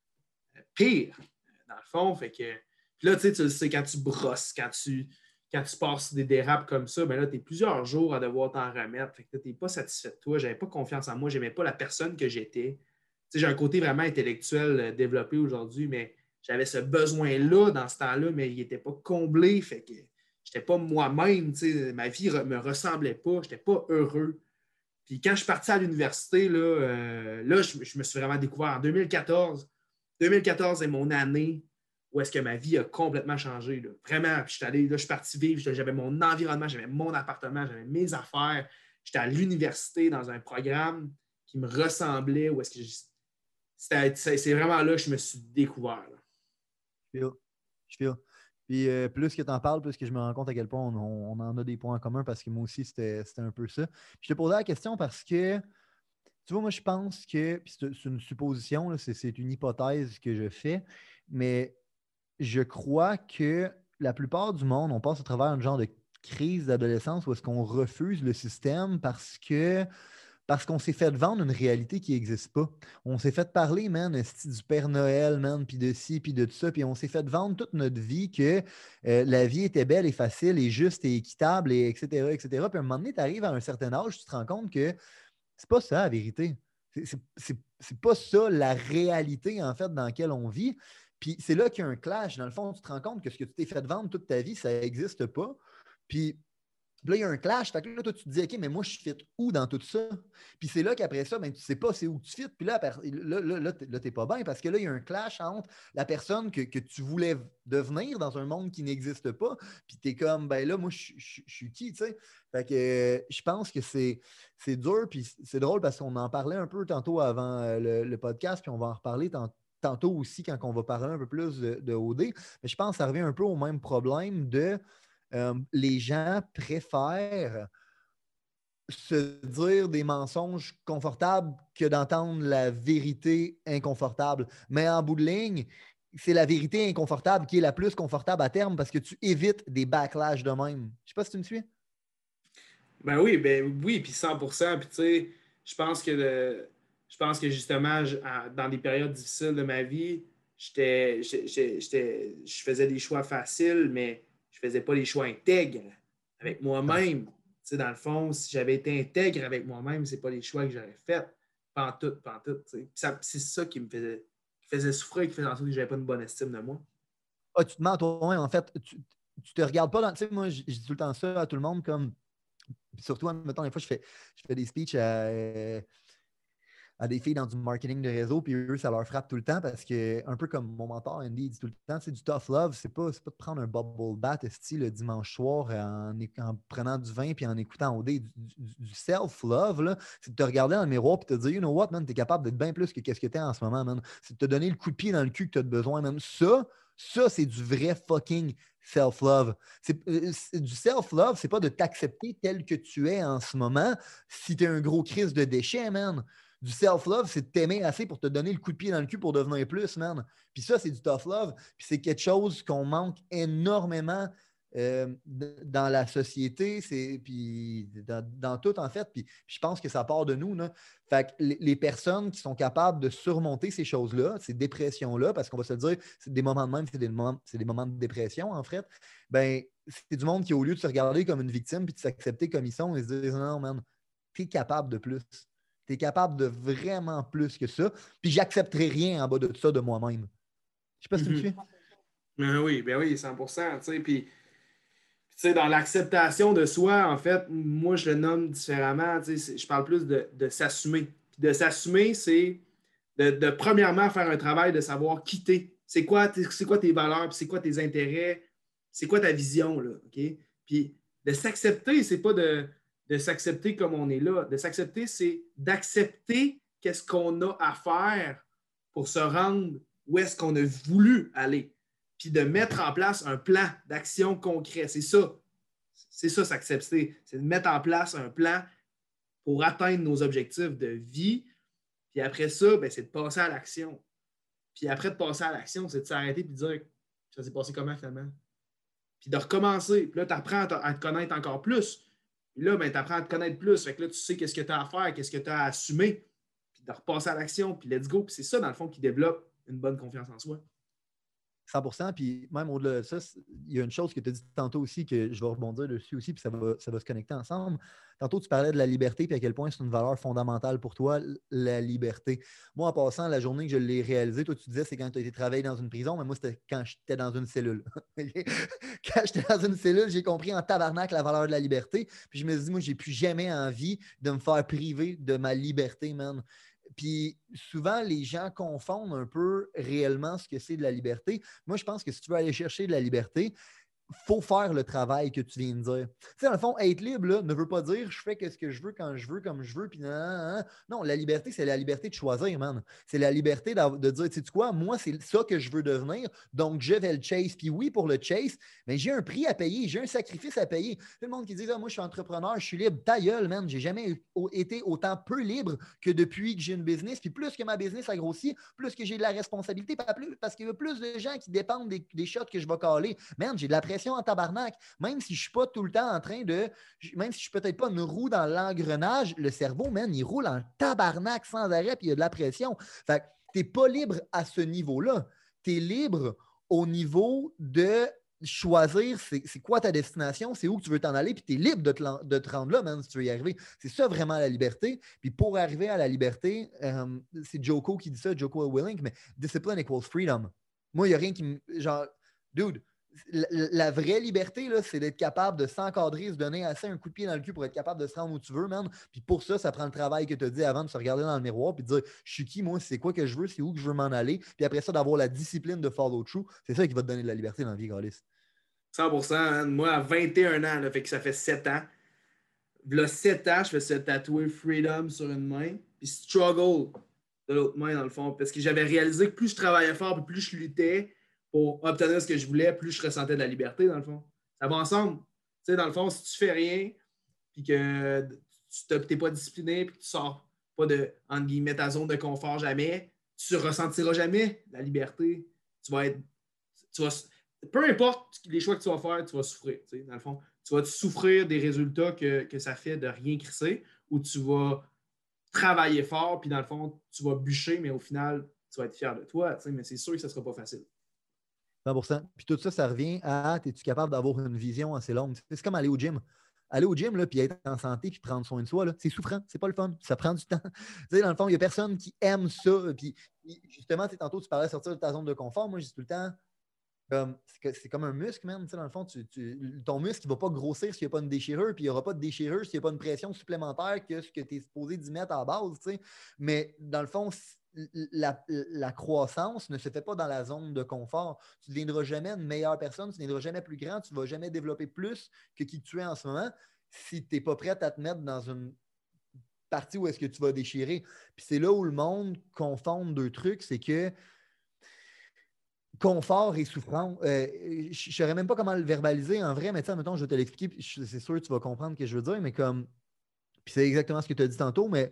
pire, dans le fond. Fait que, puis là, tu sais, tu le sais, quand tu brosses, quand tu passes des dérapes comme ça, ben là, tu es plusieurs jours à devoir t'en remettre. Fait que tu n'es pas satisfait de toi. J'avais pas confiance en moi. J'aimais pas la personne que j'étais. Tu sais, j'ai un côté vraiment intellectuel développé aujourd'hui, mais j'avais ce besoin-là dans ce temps-là, mais il n'était pas comblé. Fait que j'étais pas moi-même. Tu sais, ma vie ne me ressemblait pas. Je n'étais pas heureux. Puis quand je suis parti à l'université, là, je me suis vraiment découvert en 2014. 2014 est mon année où est-ce que ma vie a complètement changé. Là. Vraiment, puis je suis parti vivre, j'avais mon environnement, j'avais mon appartement, j'avais mes affaires. J'étais à l'université dans un programme qui me ressemblait. Où est-ce que c'est vraiment là que je me suis découvert. Là. Je feel. Puis plus que tu en parles, plus que je me rends compte à quel point on en a des points en commun parce que moi aussi, c'était un peu ça. Puis je te posais la question parce que, tu vois, moi, je pense que, puis c'est une supposition, là, c'est une hypothèse que je fais, mais je crois que la plupart du monde, on passe à travers un genre de crise d'adolescence où est-ce qu'on refuse le système parce qu'on s'est fait vendre une réalité qui n'existe pas. On s'est fait parler, man, du Père Noël, man, puis de ci, puis de tout ça, puis on s'est fait vendre toute notre vie que la vie était belle et facile et juste et équitable, et etc., etc. Puis à un moment donné, tu arrives à un certain âge, tu te rends compte que c'est pas ça la vérité. C'est pas ça la réalité, en fait, dans laquelle on vit. Puis c'est là qu'il y a un clash. Dans le fond, tu te rends compte que ce que tu t'es fait vendre toute ta vie, ça n'existe pas. Puis là, il y a un clash. Fait que là, toi, tu te dis, OK, mais moi, je fit où dans tout ça? Puis c'est là qu'après ça, ben, tu ne sais pas c'est où tu fit. Puis là, tu n'es pas bien parce que là, il y a un clash entre la personne que tu voulais devenir dans un monde qui n'existe pas. Puis tu es comme, ben là, moi, je suis qui, tu sais? Fait que je pense que c'est dur. Puis c'est drôle parce qu'on en parlait un peu tantôt avant le podcast. Puis on va en reparler tantôt aussi quand on va parler un peu plus de OD. Mais je pense que ça revient un peu au même problème de les gens préfèrent se dire des mensonges confortables que d'entendre la vérité inconfortable. Mais en bout de ligne, c'est la vérité inconfortable qui est la plus confortable à terme parce que tu évites des backlash de même. Je ne sais pas si tu me suis. Ben oui, puis 100%. Puis tu sais, je pense que justement, dans des périodes difficiles de ma vie, je faisais des choix faciles, mais je faisais pas les choix intègres avec moi-même. Tu sais, dans le fond, si j'avais été intègre avec moi-même, c'est pas les choix que j'aurais faits. Pas en tout. Tu sais. C'est ça qui me faisait faisait souffrir, qui faisait en sorte que je n'avais pas une bonne estime de moi. Ah, tu te mens à toi-même, en fait. Tu te regardes pas dans. Tu sais, moi, je dis tout le temps ça à tout le monde, comme. Surtout, mettons, des fois, je fais des speeches à des filles dans du marketing de réseau, puis eux, ça leur frappe tout le temps parce que, un peu comme mon mentor, Andy, il dit tout le temps, c'est du tough love, c'est pas de prendre un bubble bath le dimanche soir en prenant du vin puis en écoutant OD. Du self-love, là, c'est de te regarder dans le miroir et te dire, you know what, man, t'es capable d'être bien plus que qu'est-ce que t'es en ce moment, man. C'est de te donner le coup de pied dans le cul que t'as besoin, man. Ça, c'est du vrai fucking self-love. Du self-love, c'est pas de t'accepter tel que tu es en ce moment si t'es un gros crise de déchets, man. Du self-love, c'est de t'aimer assez pour te donner le coup de pied dans le cul pour devenir plus, man. Puis ça, c'est du tough love. Puis c'est quelque chose qu'on manque énormément dans la société, puis dans tout, en fait. Puis je pense que ça part de nous, là. Fait que les personnes qui sont capables de surmonter ces choses-là, ces dépressions-là, parce qu'on va se le dire, c'est des moments de même, c'est des moments de dépression, en fait, ben c'est du monde qui, au lieu de se regarder comme une victime puis de s'accepter comme ils sont, ils se disent non, man, t'es capable de plus. Tu es capable de vraiment plus que ça. Puis j'accepterai rien en bas de ça de moi-même. Je sais pas si tu me suis. Ben oui, 100%. Puis, dans l'acceptation de soi, en fait, moi, je le nomme différemment. Je parle plus de s'assumer. Puis de s'assumer, c'est de premièrement faire un travail de savoir quitter. C'est quoi tes valeurs, puis c'est quoi tes intérêts, c'est quoi ta vision, là, OK? Puis de s'accepter, c'est pas de s'accepter comme on est là. De s'accepter, c'est d'accepter qu'est-ce qu'on a à faire pour se rendre où est-ce qu'on a voulu aller. Puis de mettre en place un plan d'action concret. C'est ça. C'est ça, s'accepter. C'est de mettre en place un plan pour atteindre nos objectifs de vie. Puis après ça, ben, c'est de passer à l'action. Puis après de passer à l'action, c'est de s'arrêter et de dire ça s'est passé comment finalement? Puis de recommencer. Puis là, tu apprends à te connaître encore plus. Puis là, ben, tu apprends à te connaître plus. Fait que là, tu sais qu'est-ce que tu as à faire, qu'est-ce que tu as à assumer. Puis de repasser à l'action, puis let's go. Puis c'est ça, dans le fond, qui développe une bonne confiance en soi. 100%. Puis même au-delà de ça, il y a une chose que tu as dit tantôt aussi que je vais rebondir dessus aussi, puis ça va se connecter ensemble. Tantôt, tu parlais de la liberté, puis à quel point c'est une valeur fondamentale pour toi, la liberté. Moi, en passant, la journée que je l'ai réalisée, toi, tu disais c'est quand tu as été travailler dans une prison, mais moi, c'était quand j'étais dans une cellule. Quand j'étais dans une cellule, j'ai compris en tabarnak la valeur de la liberté. Puis je me suis dit, moi, j'ai plus jamais envie de me faire priver de ma liberté, man. Puis souvent, les gens confondent un peu réellement ce que c'est de la liberté. Moi, je pense que si tu veux aller chercher de la liberté, faut faire le travail que tu viens de dire. Tu sais, dans le fond, être libre là, ne veut pas dire je fais ce que je veux quand je veux, comme je veux, puis non. Non, la liberté, c'est la liberté de choisir, man. C'est la liberté de dire, tu sais quoi, moi, c'est ça que je veux devenir, donc je vais le chase. Puis oui, pour le chase, mais j'ai un prix à payer, j'ai un sacrifice à payer. Tout le monde qui dit, ah, moi, je suis entrepreneur, je suis libre. Ta gueule, man, j'ai jamais été autant peu libre que depuis que j'ai une business. Puis plus que ma business a grossi, plus que j'ai de la responsabilité, parce qu'il y a plus de gens qui dépendent des shots que je vais caler. Man, j'ai de la pression en tabarnak. Même si je ne suis pas tout le temps en train de. Même si je ne suis peut-être pas une roue dans l'engrenage, le cerveau, man, il roule en tabarnak sans arrêt, puis il y a de la pression. Fait que tu n'es pas libre à ce niveau-là. Tu es libre au niveau de choisir c'est quoi ta destination, c'est où que tu veux t'en aller, puis tu es libre de te rendre là, man, si tu veux y arriver. C'est ça vraiment la liberté. Puis pour arriver à la liberté, c'est Joko qui dit ça, Joko Willink, mais discipline equals freedom. Moi, il n'y a rien qui me. Genre, dude, la vraie liberté, là, c'est d'être capable de s'encadrer, se donner assez un coup de pied dans le cul pour être capable de se rendre où tu veux, man. Puis pour ça, ça prend le travail que tu as dit avant de se regarder dans le miroir puis de dire je suis qui, moi, c'est quoi que je veux, c'est où que je veux m'en aller. Puis après ça, d'avoir la discipline de follow through. C'est ça qui va te donner de la liberté dans la vie, Gaulis. 100%, man. Moi, à 21 ans, là, fait que ça fait 7 ans. Là, 7 ans, je fais se tatouer Freedom sur une main, puis Struggle de l'autre main, dans le fond. Parce que j'avais réalisé que plus je travaillais fort, plus je luttais pour obtenir ce que je voulais, plus je ressentais de la liberté, dans le fond. Ça va ensemble. Tu sais, dans le fond, si tu fais rien, puis que tu n'es pas discipliné, puis que tu sors pas de, entre guillemets, ta zone de confort jamais, tu ne ressentiras jamais la liberté. Tu vas être. Peu importe les choix que tu vas faire, tu vas souffrir. Tu sais, dans le fond, tu vas souffrir des résultats que ça fait de rien crisser, ou tu vas travailler fort, puis dans le fond, tu vas bûcher, mais au final, tu vas être fier de toi. Tu sais, mais c'est sûr que ça ne sera pas facile. 100%. Puis tout ça, ça revient à es-tu capable d'avoir une vision assez longue? C'est comme aller au gym. aller au gym, là, puis être en santé, puis prendre soin de soi, là, c'est souffrant, c'est pas le fun, ça prend du temps. Tu sais, dans le fond, il n'y a personne qui aime ça. Puis justement, tantôt, tu parlais de sortir de ta zone de confort. Moi, je dis tout le temps, c'est comme un muscle, man. Tu sais, dans le fond, ton muscle, il ne va pas grossir s'il n'y a pas une déchirure, puis il n'y aura pas de déchirure s'il n'y a pas une pression supplémentaire que ce que tu es supposé d'y mettre à la base. Tu sais. Mais dans le fond, la croissance ne se fait pas dans la zone de confort. Tu ne deviendras jamais une meilleure personne, tu ne deviendras jamais plus grand, tu ne vas jamais développer plus que qui tu es en ce moment si tu n'es pas prêt à te mettre dans une partie où est-ce que tu vas déchirer. Puis c'est là où le monde confond deux trucs, c'est que confort et souffrance, je ne saurais même pas comment le verbaliser en vrai, mais tu sais, mettons, je vais te l'expliquer, puis c'est sûr que tu vas comprendre ce que je veux dire, mais comme, puis c'est exactement ce que tu as dit tantôt, mais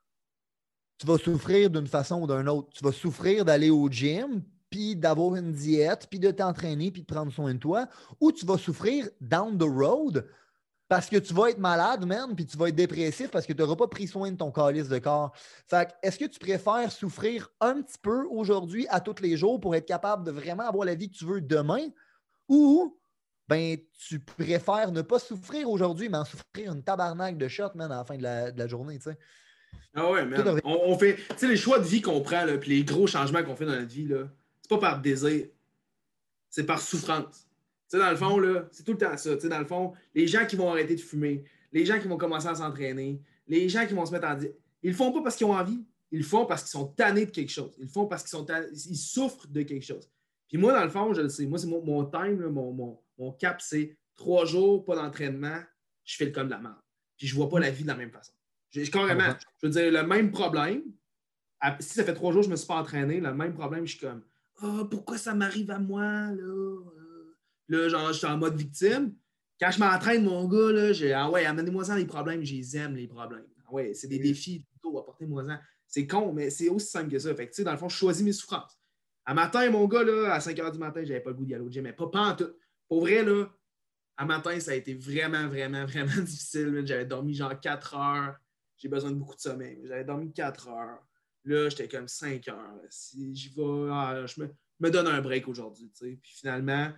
tu vas souffrir d'une façon ou d'une autre. Tu vas souffrir d'aller au gym, puis d'avoir une diète, puis de t'entraîner, puis de prendre soin de toi, ou tu vas souffrir down the road parce que tu vas être malade, man, puis tu vas être dépressif parce que tu n'auras pas pris soin de ton calice de corps. Fait que, est-ce que tu préfères souffrir un petit peu aujourd'hui à tous les jours pour être capable de vraiment avoir la vie que tu veux demain, ou ben, tu préfères ne pas souffrir aujourd'hui, mais en souffrir une tabarnak de shot, man, à la fin de la journée, tu sais? Ah ouais, man. On fait, tu sais, les choix de vie qu'on prend, là, puis les gros changements qu'on fait dans notre vie, là, c'est pas par désir, c'est par souffrance. Tu sais, dans le fond, là, c'est tout le temps ça. Tu sais, dans le fond, les gens qui vont arrêter de fumer, les gens qui vont commencer à s'entraîner, les gens qui vont se mettre en... Ils le font pas parce qu'ils ont envie, ils le font parce qu'ils sont tannés de quelque chose. Ils le font parce ils souffrent de quelque chose. Puis moi, dans le fond, je le sais. Moi, c'est mon time, là, mon cap, c'est 3 jours, pas d'entraînement, je fais le comme de la merde. Puis je vois pas la vie de la même façon. Carrément, je veux dire, le même problème, si ça fait 3 jours que je me suis pas entraîné, le même problème, je suis comme, pourquoi ça m'arrive à moi, là? Là, genre, je suis en mode victime. Quand je m'entraîne, mon gars, là, ouais, amenez-moi-en les problèmes, je les aime, les problèmes. Ah ouais, c'est des défis, plutôt, apportez-moi-en. C'est con, mais c'est aussi simple que ça. Fait que, tu sais, dans le fond, je choisis mes souffrances. À matin, mon gars, là, à 5 h du matin, j'avais pas le goût d'y aller au gym, mais pas en tout. Pour vrai, là, à matin, ça a été vraiment, vraiment, vraiment difficile. J'avais dormi genre 4 heures. J'ai besoin de beaucoup de sommeil. J'avais dormi 4 heures. Là, j'étais comme 5 heures. Si j'y vais, je me donne un break aujourd'hui. Puis finalement,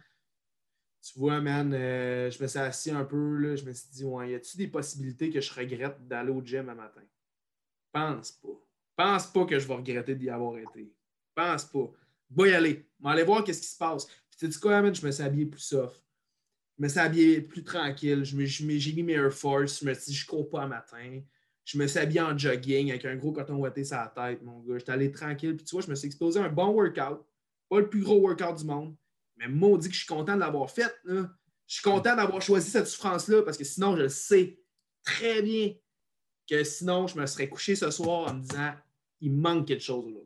tu vois, man, je me suis assis un peu. Là, je me suis dit, ouais, y a-t-il des possibilités que je regrette d'aller au gym un matin? Pense pas. Pense pas que je vais regretter d'y avoir été. Pense pas. Va y aller. On va aller voir qu'est-ce qui se passe. Puis tu sais quoi, man, je me suis habillé plus soft. Je me suis habillé plus tranquille. J'ai mis mes Air Force. Je me suis dit, je cours pas un matin. Je me suis habillé en jogging avec un gros coton ouaté sur la tête, mon gars. J'étais allé tranquille. Puis tu vois, je me suis exposé à un bon workout. Pas le plus gros workout du monde. Mais maudit que je suis content de l'avoir fait. Là. Je suis content d'avoir choisi cette souffrance-là parce que sinon, je le sais très bien que sinon, je me serais couché ce soir en me disant, il manque quelque chose aujourd'hui.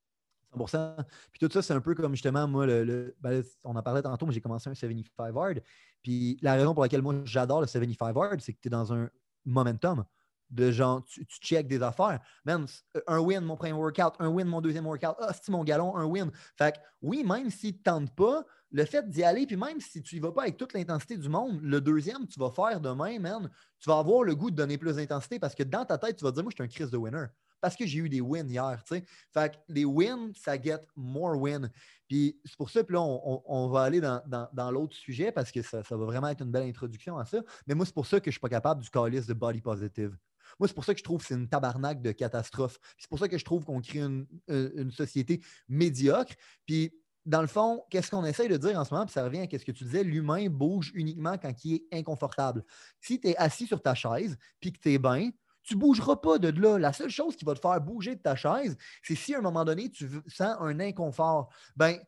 100%. Puis tout ça, c'est un peu comme justement, moi, on en parlait tantôt, mais j'ai commencé un 75 hard. Puis la raison pour laquelle moi, j'adore le 75 hard, c'est que tu es dans un momentum de genre, tu check des affaires. Man, un win, mon premier workout, un win, mon deuxième workout, c'est mon galon, un win. Fait que oui, même s'il ne te tente pas, le fait d'y aller, puis même si tu n'y vas pas avec toute l'intensité du monde, le deuxième, tu vas faire demain, man, tu vas avoir le goût de donner plus d'intensité parce que dans ta tête, tu vas te dire, moi, je suis un Chris de winner. Parce que j'ai eu des wins hier, tu sais. Fait que les wins, ça get more wins. Puis c'est pour ça que là, on va aller dans l'autre sujet parce que ça va vraiment être une belle introduction à ça. Mais moi, c'est pour ça que je ne suis pas capable du calice de body positive. Moi, c'est pour ça que je trouve que c'est une tabarnak de catastrophe. C'est pour ça que je trouve qu'on crée une société médiocre. Puis dans le fond, qu'est-ce qu'on essaye de dire en ce moment? Puis ça revient à ce que tu disais, l'humain bouge uniquement quand il est inconfortable. Si tu es assis sur ta chaise puis que tu es bien, tu ne bougeras pas de là. La seule chose qui va te faire bouger de ta chaise, c'est si à un moment donné, tu sens un inconfort. Ben,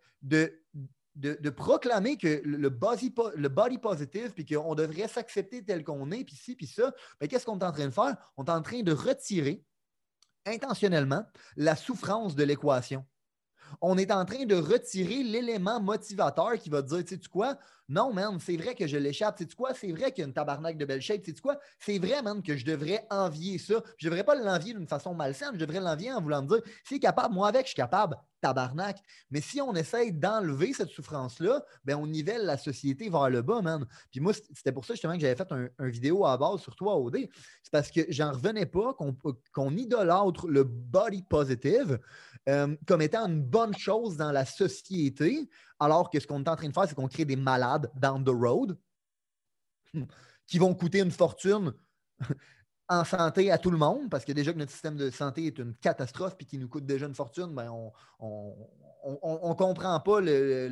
de proclamer que le body positive, puis qu'on devrait s'accepter tel qu'on est, puis ci, puis ça, ben, qu'est-ce qu'on est en train de faire? On est en train de retirer intentionnellement la souffrance de l'équation. On est en train de retirer l'élément motivateur qui va te dire, tu sais quoi? Non, man, c'est vrai que je l'échappe. Tu sais quoi? C'est vrai qu'il y a une tabarnak de belle shape. Tu sais quoi? C'est vrai, man, que je devrais envier ça. Je ne devrais pas l'envier d'une façon malsaine. Je devrais l'envier en voulant me dire, s'il est capable, moi avec, je suis capable. Tabarnak. Mais si on essaye d'enlever cette souffrance-là, ben on nivelle la société vers le bas, man. Puis moi, c'était pour ça justement que j'avais fait un vidéo à base sur toi, OD. C'est parce que j'en revenais pas qu'on idolâtre le body positive comme étant une bonne chose dans la société, alors que ce qu'on est en train de faire, c'est qu'on crée des malades down the road qui vont coûter une fortune en santé à tout le monde, parce que déjà que notre système de santé est une catastrophe et qui nous coûte déjà une fortune, ben on comprend pas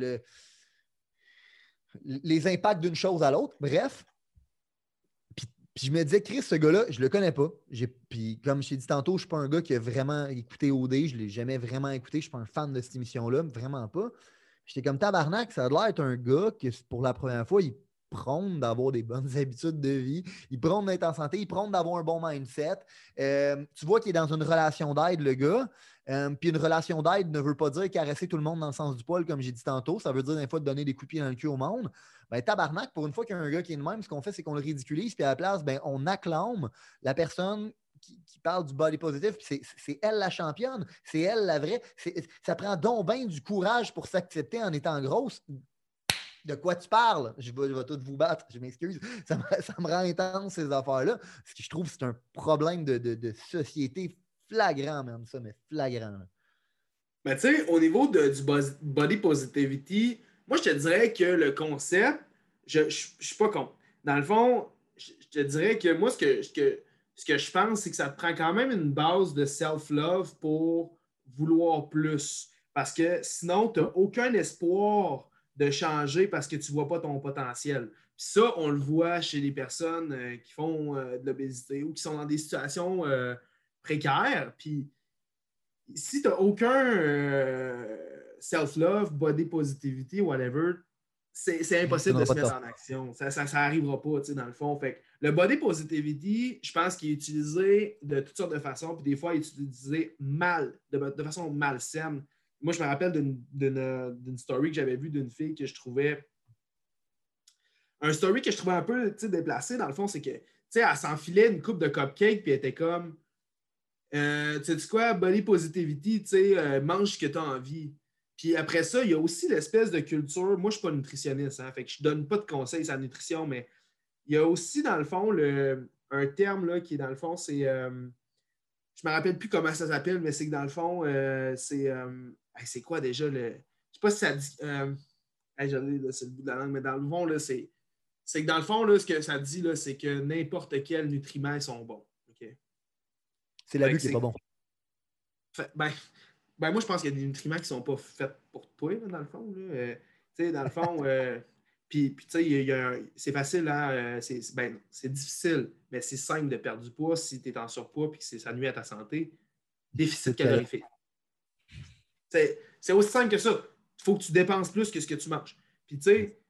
les impacts d'une chose à l'autre. Bref. Puis je me disais, Chris, ce gars-là, je le connais pas. Puis comme je t'ai dit tantôt, je ne suis pas un gars qui a vraiment écouté OD. Je ne l'ai jamais vraiment écouté. Je ne suis pas un fan de cette émission-là, vraiment pas. J'étais comme tabarnak, ça a l'air d'être un gars qui, pour la première fois, il prône d'avoir des bonnes habitudes de vie. Il prône d'être en santé. Il prône d'avoir un bon mindset. Tu vois qu'il est dans une relation d'aide, le gars. Puis une relation d'aide ne veut pas dire caresser tout le monde dans le sens du poil, comme j'ai dit tantôt. Ça veut dire des fois de donner des coups de pied dans le cul au monde. Ben, tabarnak, pour une fois qu'il y a un gars qui est de même, ce qu'on fait, c'est qu'on le ridiculise, puis à la place, ben, on acclame la personne qui parle du body positive, puis c'est elle la championne, c'est elle la vraie. Ça prend donc bien du courage pour s'accepter en étant grosse. De quoi tu parles? Je vais tout vous battre, je m'excuse. Ça me rend intense, ces affaires-là. Parce que je trouve que c'est un problème de société flagrant, même ça, mais flagrant. Là. Ben, tu sais, au niveau du body positivity, moi, je te dirais que le concept, je ne suis pas contre. Dans le fond, je te dirais que moi, ce que je pense, c'est que ça te prend quand même une base de self-love pour vouloir plus. Parce que sinon, tu n'as aucun espoir de changer parce que tu ne vois pas ton potentiel. Puis ça, on le voit chez les personnes qui font de l'obésité ou qui sont dans des situations précaires. Puis si tu n'as aucun self-love, body positivity, whatever, c'est impossible de se mettre en action. Ça n'arrivera pas, tu sais, dans le fond. Fait que le body positivity, je pense qu'il est utilisé de toutes sortes de façons, puis des fois, il est utilisé mal, de façon malsaine. Moi, je me rappelle d'une story que j'avais vue d'une fille que je trouvais... Un story que je trouvais un peu déplacé, dans le fond, c'est que, tu sais, elle s'enfilait une coupe de cupcake, puis elle était comme... tu sais quoi, body positivity, tu sais, mange ce que tu as envie. Puis après ça, il y a aussi l'espèce de culture. Moi, je ne suis pas nutritionniste, hein, fait que je ne donne pas de conseils sur la nutrition, mais il y a aussi, dans le fond, un terme là, qui est, dans le fond, c'est. Je ne me rappelle plus comment ça s'appelle, mais c'est que, dans le fond, c'est quoi déjà le. Je ne sais pas si ça dit. J'allais, c'est le bout de la langue, mais dans le fond, là, c'est que, dans le fond, là, ce que ça dit, là, c'est que n'importe quel nutriment, ils sont bons. Okay? C'est l'abus qui n'est pas bon. Moi, je pense qu'il y a des nutriments qui ne sont pas faits pour toi, là, dans le fond. Dans le fond, puis tu sais, c'est facile, hein, c'est difficile, mais c'est simple de perdre du poids si tu es en surpoids et que ça nuit à ta santé. Déficit calorifique. C'est aussi simple que ça. Il faut que tu dépenses plus que ce que tu manges. Puis tu sais,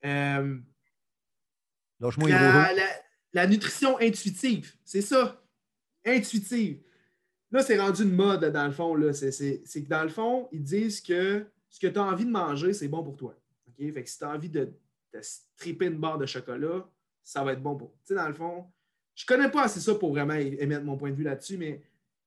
la nutrition intuitive, c'est ça. Intuitive. Là, c'est rendu une mode, là, dans le fond. Là. C'est que dans le fond, ils disent que ce que tu as envie de manger, c'est bon pour toi. Okay? Fait que si tu as envie de stripper une barre de chocolat, ça va être bon pour toi. Tu sais, dans le fond, je ne connais pas assez ça pour vraiment émettre mon point de vue là-dessus, mais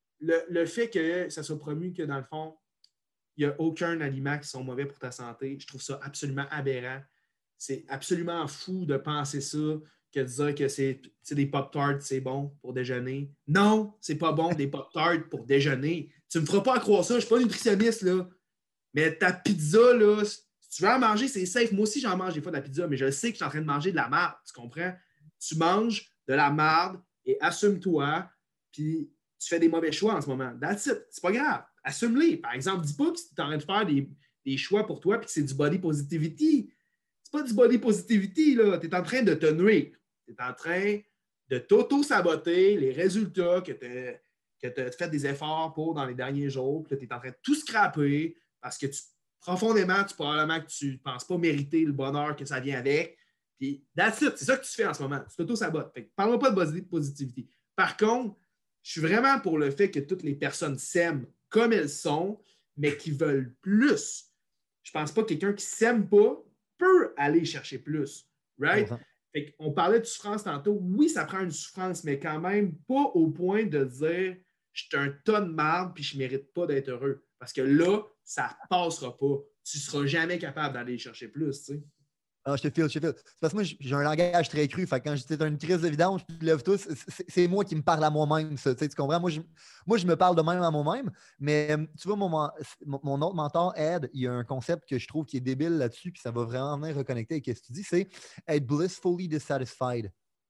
le fait que ça soit promu que, dans le fond, il n'y a aucun aliment qui sont mauvais pour ta santé, je trouve ça absolument aberrant. C'est absolument fou de penser ça, que de dire que c'est des Pop-Tarts, c'est bon pour déjeuner. Non, c'est pas bon, des Pop-Tarts pour déjeuner. Tu me feras pas croire ça, je suis pas nutritionniste, là. Mais ta pizza, là, si tu veux en manger, c'est safe. Moi aussi, j'en mange des fois de la pizza, mais je sais que je suis en train de manger de la merde, tu comprends? Tu manges de la merde et assume-toi, puis tu fais des mauvais choix en ce moment. That's it. C'est pas grave. Assume-les. Par exemple, dis pas que tu es en train de faire des choix pour toi et que c'est du body positivity. C'est pas du body positivity, là. Tu es en train de te nuire. Tu es en train de t'auto-saboter les résultats que tu as fait des efforts pour dans les derniers jours. Puis tu es en train de tout scraper parce que profondément, probablement que tu ne penses pas mériter le bonheur que ça vient avec. Puis, that's it. C'est ça que tu fais en ce moment. Tu t'auto-sabotes. Parle-moi pas de body positivity. Par contre, je suis vraiment pour le fait que toutes les personnes s'aiment comme elles sont, mais qui veulent plus. Je ne pense pas que quelqu'un qui ne s'aime pas peut aller chercher plus. Right? Fait on parlait de souffrance tantôt. Oui, ça prend une souffrance, mais quand même pas au point de dire je suis un tas de marde puis je ne mérite pas d'être heureux. Parce que là, ça ne passera pas. Tu ne seras jamais capable d'aller chercher plus. Tu sais. Ah, je te file. C'est parce que moi, j'ai un langage très cru. Fait que quand j'étais dans une crise de vidange, je te lève tous, c'est moi qui me parle à moi-même. Ça, tu comprends? Moi, je me parle de même à moi-même. Mais tu vois, mon autre mentor, Ed, il y a un concept que je trouve qui est débile là-dessus, puis ça va vraiment venir reconnecter avec ce que tu dis, c'est être blissfully dissatisfied.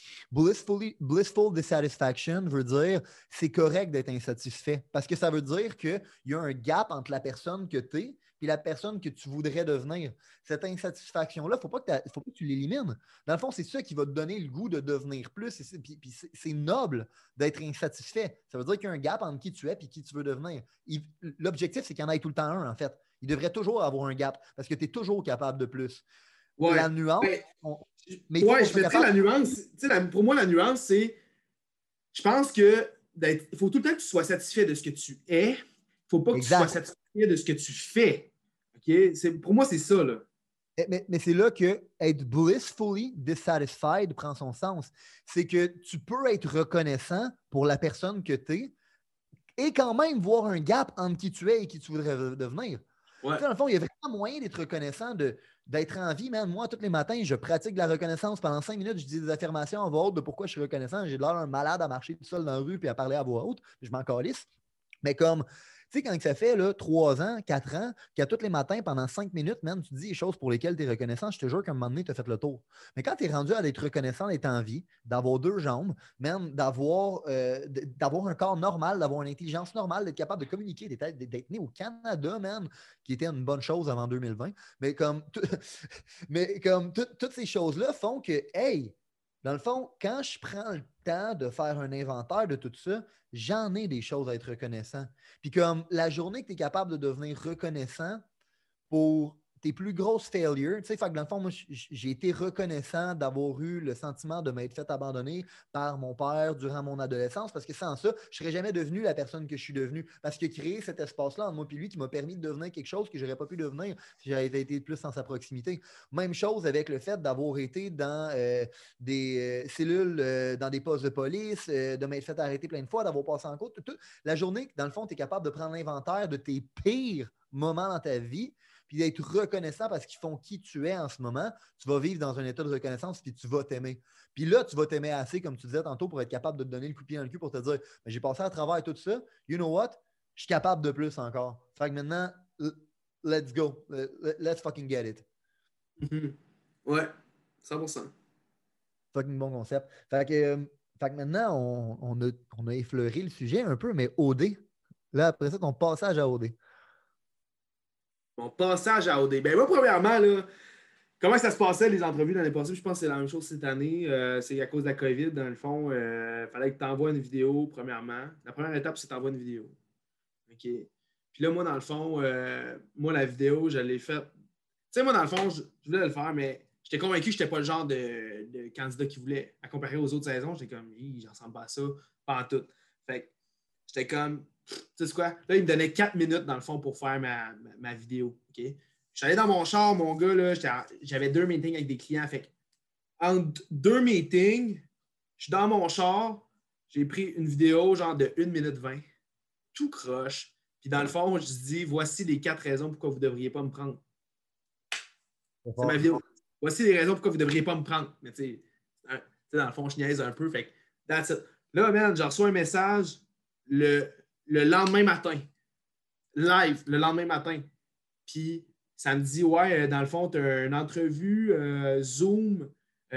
Blissful dissatisfaction veut dire c'est correct d'être insatisfait parce que ça veut dire qu'il y a un gap entre la personne que tu es et la personne que tu voudrais devenir. Cette insatisfaction-là, il ne faut pas que tu l'élimines. Dans le fond, c'est ça qui va te donner le goût de devenir plus. Puis c'est noble d'être insatisfait. Ça veut dire qu'il y a un gap entre qui tu es et qui tu veux devenir. L'objectif, c'est qu'il y en ait tout le temps un, en fait. Il devrait toujours avoir un gap parce que tu es toujours capable de plus. Ouais. La nuance, mais je mettrais la nuance. Pour moi, la nuance, c'est je pense que il faut tout le temps que tu sois satisfait de ce que tu es. Il ne faut pas que tu sois satisfait de ce que tu fais. OK? Pour moi, c'est ça, là. Mais c'est là que être blissfully dissatisfied prend son sens. C'est que tu peux être reconnaissant pour la personne que tu es et quand même voir un gap entre qui tu es et qui tu voudrais devenir. Ouais. Dans le fond, il y a vraiment moyen d'être reconnaissant, d'être en vie. Man. Moi, tous les matins, je pratique de la reconnaissance pendant 5 minutes. Je dis des affirmations en voix haute de pourquoi je suis reconnaissant. J'ai l'air d'un malade à marcher tout seul dans la rue et à parler à voix haute. Je m'en calisse. Mais comme, tu sais, quand ça fait là, 3 ans, 4 ans, qu'à tous les matins, pendant 5 minutes, man, tu dis les choses pour lesquelles tu es reconnaissant, je te jure qu'à un moment donné, tu as fait le tour. Mais quand tu es rendu à être reconnaissant d'être en vie, d'avoir 2 jambes, même d'avoir un corps normal, d'avoir une intelligence normale, d'être capable de communiquer, d'être né au Canada, man, qui était une bonne chose avant 2020. Mais comme, toutes ces choses-là font que, hey, dans le fond, quand je prends le temps de faire un inventaire de tout ça, j'en ai des choses à être reconnaissant. Puis comme la journée que tu es capable de devenir reconnaissant pour tes plus grosses failures, tu sais, fait que dans le fond, moi, j'ai été reconnaissant d'avoir eu le sentiment de m'être fait abandonner par mon père durant mon adolescence parce que sans ça, je ne serais jamais devenu la personne que je suis devenue parce qu'il a créé cet espace-là entre moi et lui qui m'a permis de devenir quelque chose que je n'aurais pas pu devenir si j'avais été plus dans sa proximité. Même chose avec le fait d'avoir été dans des cellules, dans des postes de police, de m'être fait arrêter plein de fois, d'avoir passé en cours. La journée, dans le fond, tu es capable de prendre l'inventaire de tes pires moments dans ta vie puis d'être reconnaissant parce qu'ils font qui tu es en ce moment, tu vas vivre dans un état de reconnaissance puis tu vas t'aimer. Puis là, tu vas t'aimer assez, comme tu disais tantôt, pour être capable de te donner le coup de pied dans le cul pour te dire j'ai passé à travers tout ça, you know what? Je suis capable de plus encore. Fait que maintenant, let's go. Let's fucking get it. Ouais, 100%. Fucking bon concept. Fait que maintenant, on a effleuré le sujet un peu, mais OD. Là, après ça, ton passage à OD. Mon passage à OD. Ben moi, premièrement, là, comment ça se passait les entrevues l'année passée? Je pense que c'est la même chose cette année. C'est à cause de la COVID, dans le fond. Il fallait que tu envoies une vidéo, premièrement. La première étape, c'est que tu envoies une vidéo. OK. Puis là, moi, dans le fond, moi, la vidéo, je l'ai faite. Tu sais, moi, dans le fond, je voulais le faire, mais j'étais convaincu que je n'étais pas le genre de candidat qui voulait. À comparer aux autres saisons, j'étais comme, j'en ressemble pas à ça, pas en tout. Fait que j'étais comme, tu sais quoi? Là, il me donnait 4 minutes, dans le fond, pour faire ma vidéo. OK? Je suis allé dans mon char, mon gars, là, j'avais 2 meetings avec des clients. Fait que, entre 2 meetings, je suis dans mon char, j'ai pris une vidéo genre de 1 minute 20. Tout croche. Puis dans le fond, je dis, voici les 4 raisons pourquoi vous ne devriez pas me prendre. C'est ma vidéo. Voici les raisons pourquoi vous ne devriez pas me prendre. Mais tu sais, dans le fond, je niaise un peu. Fait que, that's it. Là, man, j'ai reçu un message le lendemain matin. Live, le lendemain matin. Puis ça me dit, ouais, dans le fond, tu as une entrevue Zoom.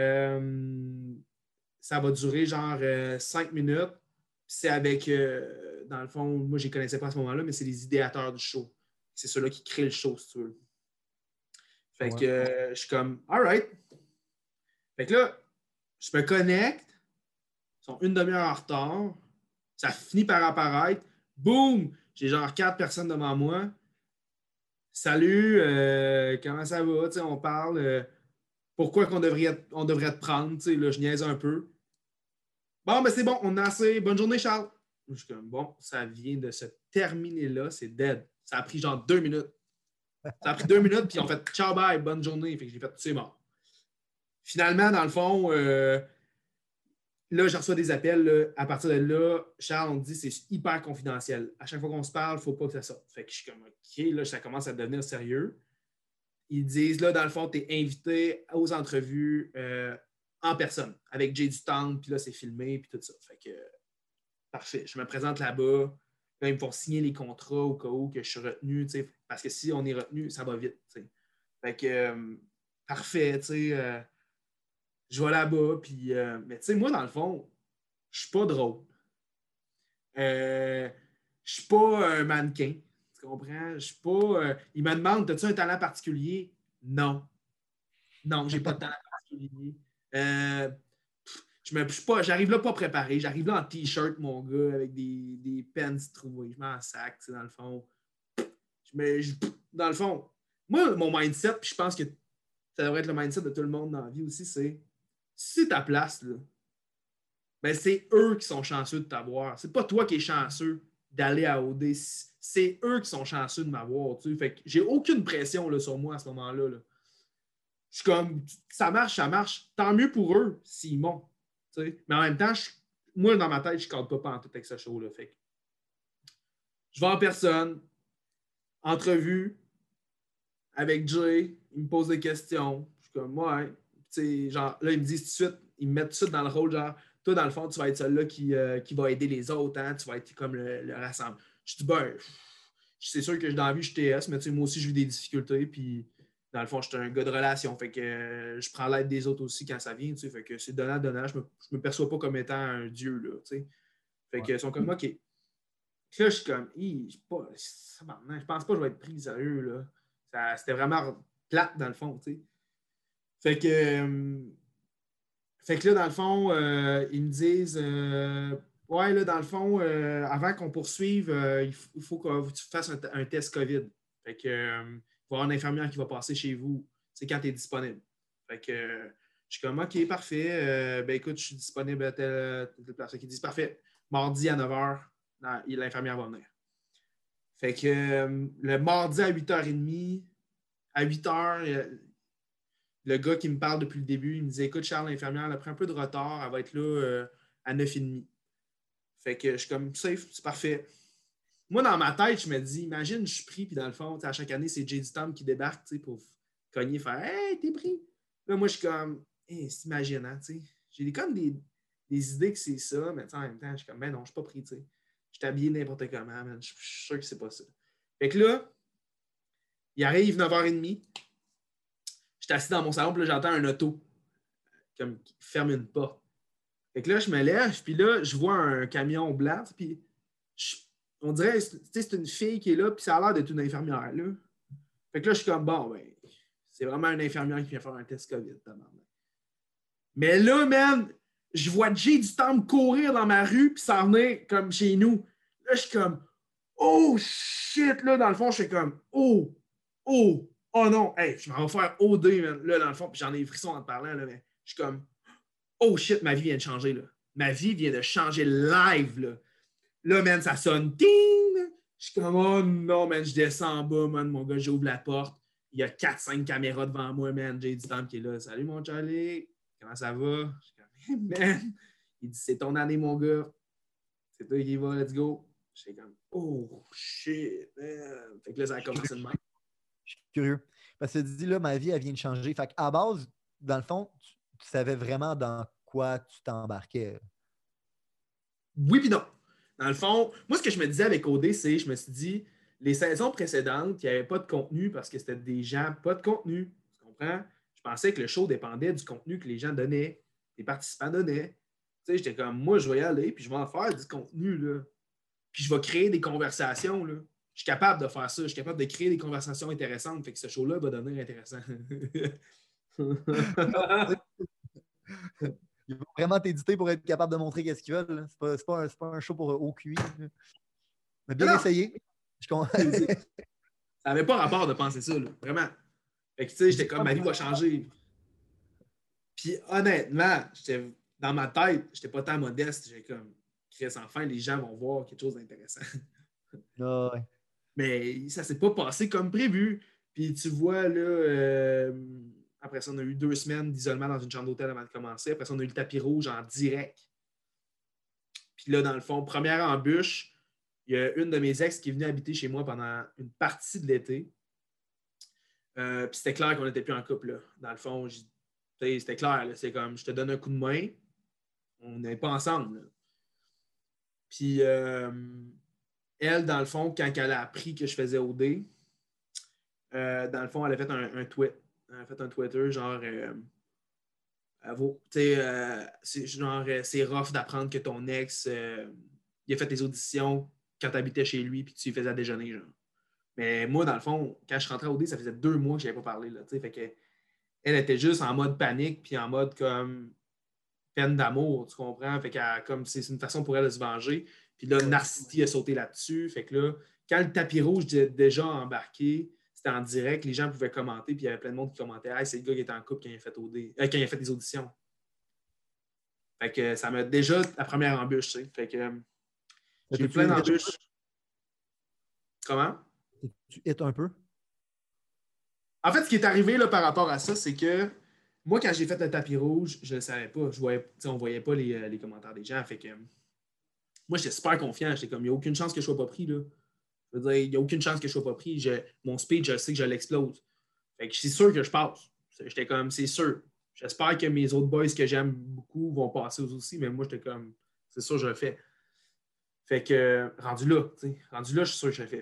Ça va durer genre 5 minutes. C'est avec, dans le fond, moi, je ne les connaissais pas à ce moment-là, mais c'est les idéateurs du show. C'est ceux-là qui créent le show, si tu veux. Fait que je suis comme, all right. Fait que là, je me connecte. Ils sont une demi-heure en retard. Ça finit par apparaître. Boum! J'ai genre 4 personnes devant moi. Salut, comment ça va? T'sais, on parle. Pourquoi on devrait te prendre? T'sais, là, je niaise un peu. Bon, ben c'est bon, on a assez. Bonne journée, Charles. Je suis comme, bon, ça vient de se terminer là, c'est dead. Ça a pris genre 2 minutes. Ça a pris 2 minutes, puis ils ont fait ciao, bye, bonne journée. Fait que j'ai fait, c'est mort. Finalement, dans le fond, là, je reçois des appels. Là, à partir de là, Charles, on me dit c'est hyper confidentiel. À chaque fois qu'on se parle, il ne faut pas que ça sorte. Fait que je suis comme, OK, là, ça commence à devenir sérieux. Ils disent, là, dans le fond, tu es invité aux entrevues en personne avec Jay du Temple, puis là, c'est filmé, puis tout ça. Fait que, parfait. Je me présente là-bas. Là, ils me font signer les contrats au cas où que je suis retenu, parce que si on est retenu, ça va vite. T'sais. Fait que, parfait, tu sais. je vais là-bas, puis... mais tu sais, moi, dans le fond, je suis pas drôle. Je suis pas un mannequin. Tu comprends? Je suis pas... il me demande, as-tu un talent particulier? Non. Non, j'ai pas de talent particulier. J'arrive là pas préparé. J'arrive là en t-shirt, mon gars, avec des pants troués. Je m'en sac, dans le fond. Dans le fond, moi, mon mindset, puis je pense que ça devrait être le mindset de tout le monde dans la vie aussi, c'est si c'est ta place, là, ben c'est eux qui sont chanceux de t'avoir. C'est pas toi qui es chanceux d'aller à OD. C'est eux qui sont chanceux de m'avoir. Tu sais. Fait que j'ai aucune pression là, sur moi à ce moment-là. Là. Je suis comme, ça marche, ça marche. Tant mieux pour eux s'ils m'ont. Tu sais. Mais en même temps, moi, dans ma tête, je ne cadre pas pantoute avec ce show-là. Fait que je vais en personne, entrevue avec Jay, il me pose des questions. Je suis comme, ouais. Tu sais, genre, là, il me dit tout de suite, il me met tout de suite dans le rôle, genre, toi, dans le fond, tu vas être celui-là qui va aider les autres, hein? Tu vas être comme le rassemble. Je dis, ben, c'est sûr que dans la vie, je suis TS, mais tu sais, moi aussi, je vis des difficultés, puis dans le fond, je suis un gars de relation, fait que je prends l'aide des autres aussi quand ça vient, tu sais, fait que c'est donnant-donnant, je me perçois pas comme étant un dieu, là, tu sais. Fait que, ils sont comme, OK. Puis là, je suis comme, je pense pas que je vais être pris sérieux, là. C'était vraiment plate, dans le fond, tu sais. Fait que là, dans le fond, ils me disent ouais, là, dans le fond, avant qu'on poursuive, il faut que tu fasses un test COVID. Fait que il va y avoir une infirmière qui va passer chez vous. C'est quand tu es disponible. Fait que je suis comme OK, parfait. Ben écoute, je suis disponible à telle place. Fait qu'ils disent parfait, mardi à 9h, l'infirmière va venir. Fait que le mardi à 8h30, à 8h, le gars qui me parle depuis le début, il me disait écoute, Charles, l'infirmière, elle a pris un peu de retard, elle va être là à 9h30. Fait que je suis comme safe, c'est parfait. Moi, dans ma tête, je me dis imagine, je suis pris, puis dans le fond, à chaque année, c'est Jay du Temple qui débarque pour cogner, faire hey, t'es pris. Là, moi, je suis comme c'est imaginant, tu sais. J'ai comme des idées que c'est ça, mais en même temps, je suis comme ben non, je suis pas pris, tu sais. Je suis habillé n'importe comment, man. Je suis sûr que c'est pas ça. Fait que là, il arrive 9h30. J'étais assis dans mon salon, puis là, j'entends un auto comme qui ferme une porte. Fait que là, je me lève, puis là, je vois un camion blanc, puis on dirait, c'est une fille qui est là, puis ça a l'air d'être une infirmière, là. Fait que là, je suis comme, bon, ben, c'est vraiment une infirmière qui vient faire un test COVID. Mais là, man, je vois Jay du Temple courir dans ma rue, puis s'en venir comme chez nous. Là, je suis comme, oh shit, là, dans le fond, je suis comme, oh non, hey, je m'en vais faire OD, man. Là, dans le fond, puis j'en ai des frissons en te parlant, là, mais je suis comme, oh shit, ma vie vient de changer, là. Ma vie vient de changer live, là. Là, man, ça sonne, ding! Je suis comme, oh non, man, je descends en bas, man, mon gars, j'ouvre la porte. Il y a 4-5 caméras devant moi, man. Jay du Temple qui est là. Salut, mon Charlie. Comment ça va? Je suis comme, man. Il dit, c'est ton année, mon gars. C'est toi qui y va, let's go. Je suis comme, oh shit, man. Fait que là, ça a commencé de même. Je suis curieux. Parce que tu dis, là, ma vie, elle vient de changer. Fait qu'à base, dans le fond, tu savais vraiment dans quoi tu t'embarquais. Oui, puis non. Dans le fond, moi, ce que je me disais avec OD, c'est, je me suis dit, les saisons précédentes, il n'y avait pas de contenu parce que c'était des gens, pas de contenu. Tu comprends? Je pensais que le show dépendait du contenu que les gens donnaient, les participants donnaient. Tu sais, j'étais comme, moi, je vais y aller, puis je vais en faire du contenu, là. Puis je vais créer des conversations, là. Je suis capable de faire ça. Je suis capable de créer des conversations intéressantes. Fait que ce show-là va devenir intéressant. Ils vont vraiment t'éditer pour être capable de montrer qu'est-ce qu'ils veulent. C'est pas un show pour OQI. Mais bien essayé. Ça n'avait pas rapport de penser ça, là. Vraiment. Fait que, tu sais, j'étais comme, ma vie va changer. Puis, honnêtement, dans ma tête, j'étais pas tant modeste. J'étais comme, Chris, enfin, les gens vont voir quelque chose d'intéressant. Ah, ouais. Mais ça s'est pas passé comme prévu. Puis, tu vois, là, après ça, on a eu 2 semaines d'isolement dans une chambre d'hôtel avant de commencer. Après ça, on a eu le tapis rouge en direct. Puis là, dans le fond, première embûche, il y a une de mes ex qui est venue habiter chez moi pendant une partie de l'été. Puis c'était clair qu'on n'était plus en couple, là. Dans le fond, c'était clair. Là. C'est comme, je te donne un coup de main. On n'est pas ensemble. Là. Puis, elle, dans le fond, quand elle a appris que je faisais OD, dans le fond, elle a fait un tweet. Elle a fait un Twitter, genre, c'est rough d'apprendre que ton ex, il a fait des auditions quand tu habitais chez lui puis tu lui faisais à déjeuner, genre. Mais moi, dans le fond, quand je rentrais au dé, ça faisait 2 mois que je n'avais pas parlé, là, fait que elle était juste en mode panique puis en mode comme peine d'amour, tu comprends? Fait que comme c'est une façon pour elle de se venger. Puis là, Narcity a sauté là-dessus. Fait que là, quand le tapis rouge était déjà embarqué, c'était en direct, les gens pouvaient commenter, puis il y avait plein de monde qui commentait hey, c'est le gars qui était en couple quand il a fait, quand il a fait des auditions. Fait que ça m'a déjà la première embûche, tu sais. Fait que j'ai eu plein d'embûches. Comment? Tu hits un peu? En fait, ce qui est arrivé là, par rapport à ça, c'est que moi, quand j'ai fait le tapis rouge, je ne le savais pas. On ne voyait pas les commentaires des gens. Fait que moi, j'étais super confiant. J'étais comme, il n'y a aucune chance que je ne sois pas pris. Là. Je veux dire, il n'y a aucune chance que je ne sois pas pris. Mon speed, je sais que je l'explose. Fait que c'est sûr que je passe. J'étais comme, c'est sûr. J'espère que mes autres boys que j'aime beaucoup vont passer aussi, mais moi, j'étais comme, c'est sûr, je le fais. Fait que, rendu là, je suis sûr que je le fais.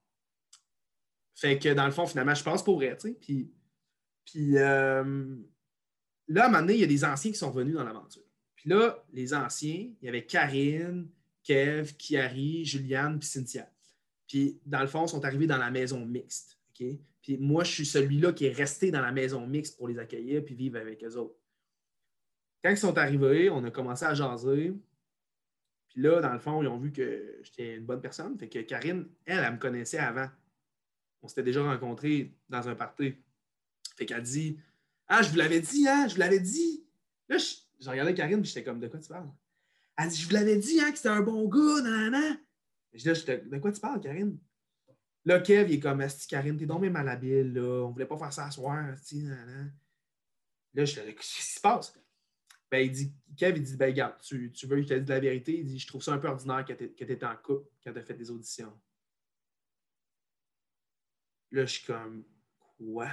Fait que dans le fond, finalement, je passe pour vrai, tu sais. Puis là, à un moment donné, il y a des anciens qui sont venus dans l'aventure. Puis là, les anciens, il y avait Karine, Kev, Kiari, Juliane, puis Cynthia. Puis, dans le fond, ils sont arrivés dans la maison mixte. Okay? Puis moi, je suis celui-là qui est resté dans la maison mixte pour les accueillir puis vivre avec eux autres. Quand ils sont arrivés, on a commencé à jaser. Puis là, dans le fond, ils ont vu que j'étais une bonne personne. Fait que Karine, elle me connaissait avant. On s'était déjà rencontrés dans un party. Fait qu'elle dit ah, je vous l'avais dit, hein, je vous l'avais dit. Là, je regardais Karine, puis j'étais comme, de quoi tu parles? Elle dit, je vous l'avais dit, hein, que c'était un bon gars, nanana. Je dis, de quoi tu parles, Karine? Là, Kev, il est comme, asti, Karine, t'es donc bien malhabile, là. On voulait pas faire ça à soir, asti, nanana. Là, je dis, qu'est-ce qui se passe? Ben, Kev, il dit, ben, regarde, tu veux que je te dise la vérité? Il dit, je trouve ça un peu ordinaire que tu étais en couple quand tu as fait des auditions. Là, je suis comme, quoi?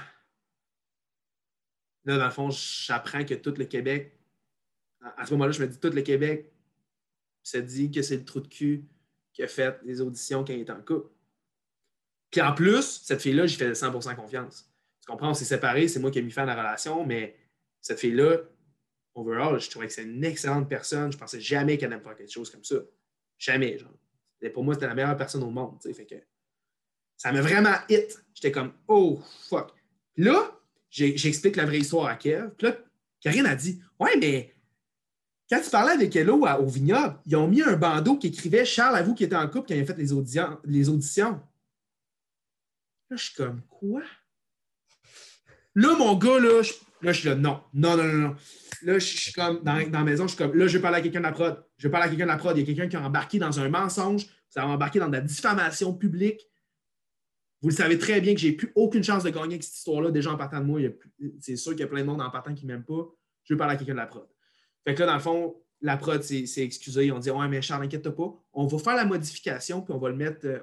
Là, dans le fond, j'apprends que tout le Québec, à ce moment-là, je me dis, tout le Québec se dit que c'est le trou de cul qui a fait les auditions quand il était en couple. Puis en plus, cette fille-là, j'y faisais 100% confiance. Tu comprends, on s'est séparés, c'est moi qui ai mis fin à la relation, mais cette fille-là, overall, je trouvais que c'est une excellente personne. Je pensais jamais qu'elle allait me faire quelque chose comme ça. Jamais, genre. Et pour moi, c'était la meilleure personne au monde, tu sais, fait que ça m'a vraiment hit. J'étais comme, oh, fuck. Puis là, j'explique la vraie histoire à Kev. Puis là, Karine a dit, ouais, mais quand tu parlais avec Hello au vignoble, ils ont mis un bandeau qui écrivait Charles avoue qu'il était en couple quand il a fait les auditions. Là, je suis comme, quoi? Là, mon gars, je suis là, non. Là, je suis comme, dans la maison, je suis comme, là, je vais parler à quelqu'un de la prod. Il y a quelqu'un qui a embarqué dans un mensonge. Ça a embarqué dans de la diffamation publique. Vous le savez très bien que j'ai plus aucune chance de gagner avec cette histoire-là. Déjà, en partant de moi, c'est sûr qu'il y a plein de monde en partant qui ne m'aime pas. Je vais parler à quelqu'un de la prod. Fait que là, dans le fond, la prod s'est excusée. On dit ouais, mais Charles, inquiète-toi pas. On va faire la modification, puis on va le mettre,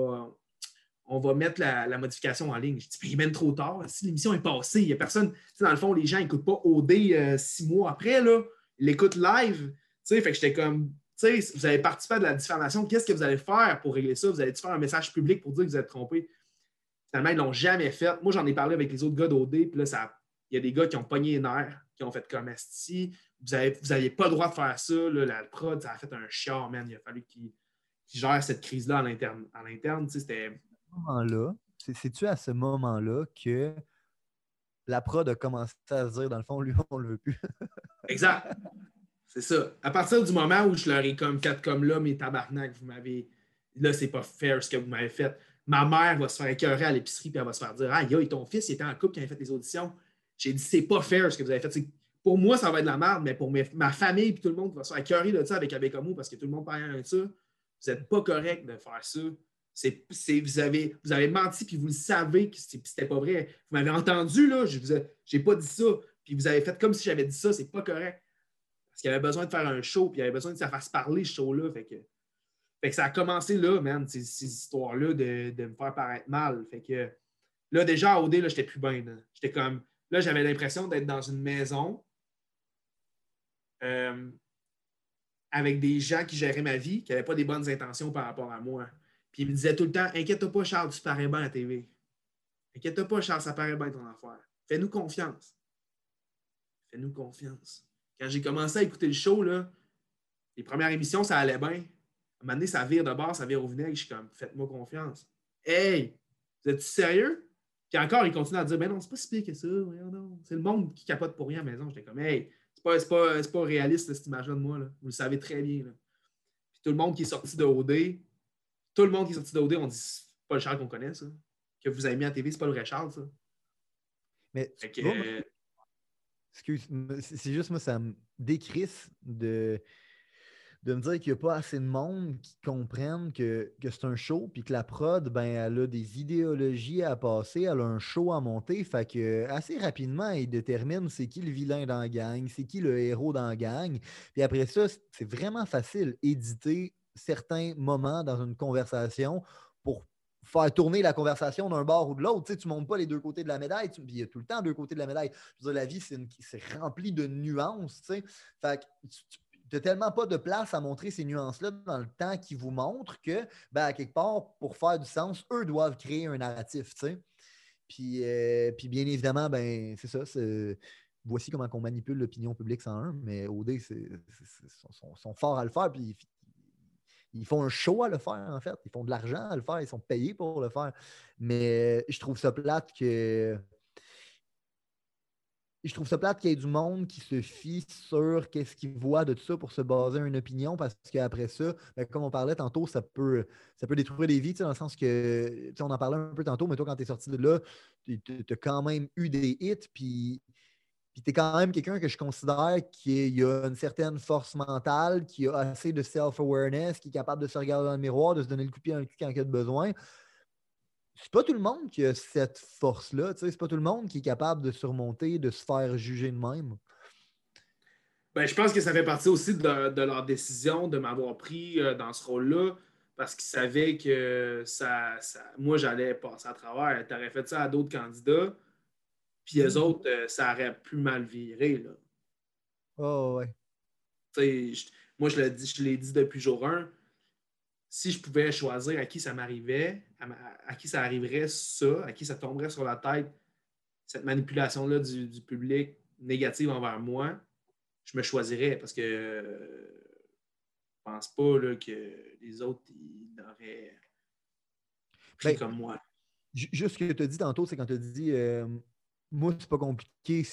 on va mettre la modification en ligne. Je dis, il est même trop tard. Si l'émission est passée, il n'y a personne. Dans le fond, les gens n'écoutent pas OD 6 mois après, là. Ils l'écoutent live. Fait que j'étais comme, vous avez participé à de la diffamation. Qu'est-ce que vous allez faire pour régler ça? Vous allez faire un message public pour dire que vous êtes trompé? Finalement, ils ne l'ont jamais fait. Moi, j'en ai parlé avec les autres gars d'OD, puis là, il y a des gars qui ont pogné les nerfs, qui ont fait comme esti. Vous n'aviez pas le droit de faire ça. Là, la prod, ça a fait un chiard, man. Il a fallu qu'ils gèrent cette crise-là à l'interne. C'était. C'est-tu à ce moment-là que la prod a commencé à se dire, dans le fond, lui, on ne le veut plus? Exact. C'est ça. À partir du moment où je leur ai comme fait comme là, mes tabarnak, vous m'avez. Là, c'est pas fair ce que vous m'avez fait. Ma mère va se faire écœurer à l'épicerie puis elle va se faire dire ah, ton fils il était en couple quand il a fait les auditions. J'ai dit c'est pas fair ce que vous avez fait. Pour moi, ça va être de la merde, mais pour ma famille et tout le monde va se faire écœurer de ça avec Abécomo parce que tout le monde parle de ça. Vous n'êtes pas correct de faire ça. Vous avez menti puis vous le savez que c'était pas vrai. Vous m'avez entendu, là, je n'ai pas dit ça. Puis vous avez fait comme si j'avais dit ça, c'est pas correct. Parce qu'il avait besoin de faire un show, puis il avait besoin que ça fasse parler ce show-là. Fait que ça a commencé là, man, ces histoires-là de me faire paraître mal. Fait que là, déjà, à OD, là, j'étais plus bien. J'étais comme. Là, j'avais l'impression d'être dans une maison avec des gens qui géraient ma vie, qui n'avaient pas des bonnes intentions par rapport à moi. Puis ils me disaient tout le temps inquiète-toi pas, Charles, tu parais bien à la TV. Inquiète-toi pas, Charles, ça paraît bien ton affaire. Fais-nous confiance. Fais-nous confiance. Quand j'ai commencé à écouter le show, là, les premières émissions, ça allait bien. À un moment donné, ça vire de bord, ça vire au vinaigre. Je suis comme, faites-moi confiance. Hey, vous êtes sérieux? Puis encore, il continue à dire, ben non, c'est pas si pire que ça. Non. C'est le monde qui capote pour rien à la maison. J'étais comme, hey, c'est pas réaliste, cette image-là de moi. Là. Vous le savez très bien. Là. Puis tout le monde qui est sorti de OD, on dit, c'est pas le Charles qu'on connaît, ça. Que vous avez mis à la TV, c'est pas le vrai Charles, ça. Mais Fait tu vois, que, excuse, c'est juste moi, ça me décrisse de me dire qu'il n'y a pas assez de monde qui comprennent que c'est un show, puis que la prod, ben, elle a des idéologies à passer, elle a un show à monter, fait que assez rapidement, ils déterminent c'est qui le vilain dans la gang, c'est qui le héros dans la gang. Puis après ça, c'est vraiment facile éditer certains moments dans une conversation pour faire tourner la conversation d'un bord ou de l'autre. Tu ne montes pas les deux côtés de la médaille, puis il y a tout le temps deux côtés de la médaille. Je veux dire, la vie, c'est rempli de nuances. Fait que tu n'as tellement pas de place à montrer ces nuances-là dans le temps qu'ils vous montrent que, ben, à quelque part, pour faire du sens, eux doivent créer un narratif. Puis bien évidemment, ben, c'est ça. Voici comment on manipule l'opinion publique 101, mais OD, sont forts à le faire, puis ils font un show à le faire, en fait. Ils font de l'argent à le faire, ils sont payés pour le faire. Mais je trouve ça plate que je trouve ça plate qu'il y ait du monde qui se fie sur qu'est-ce qu'il voit de tout ça pour se baser une opinion, parce qu'après ça, ben, comme on parlait tantôt, ça peut détruire des vies, dans le sens que, on en parlait un peu tantôt, mais toi, quand tu es sorti de là, tu as quand même eu des hits, puis tu es quand même quelqu'un que je considère qui a une certaine force mentale, qui a assez de self-awareness, qui est capable de se regarder dans le miroir, de se donner le coup de pied dans le cul quand il y a de besoin. C'est pas tout le monde qui a cette force-là. C'est pas tout le monde qui est capable de surmonter, de se faire juger de même. ben, je pense que ça fait partie aussi de leur décision de m'avoir pris dans ce rôle-là parce qu'ils savaient que moi, j'allais passer à travers. Tu aurais fait ça à d'autres candidats, puis eux autres, ça aurait plus mal viré. Là. Oh, ouais. Moi, je l'ai dit depuis jour 1. Si je pouvais choisir à qui ça m'arrivait, à qui ça arriverait ça, à qui ça tomberait sur la tête, cette manipulation-là du public négative envers moi, je me choisirais parce que je pense pas là, que les autres ils l'auraient pris Ben, comme moi. juste ce que tu as dit tantôt, c'est quand tu as dit moi, c'est pas compliqué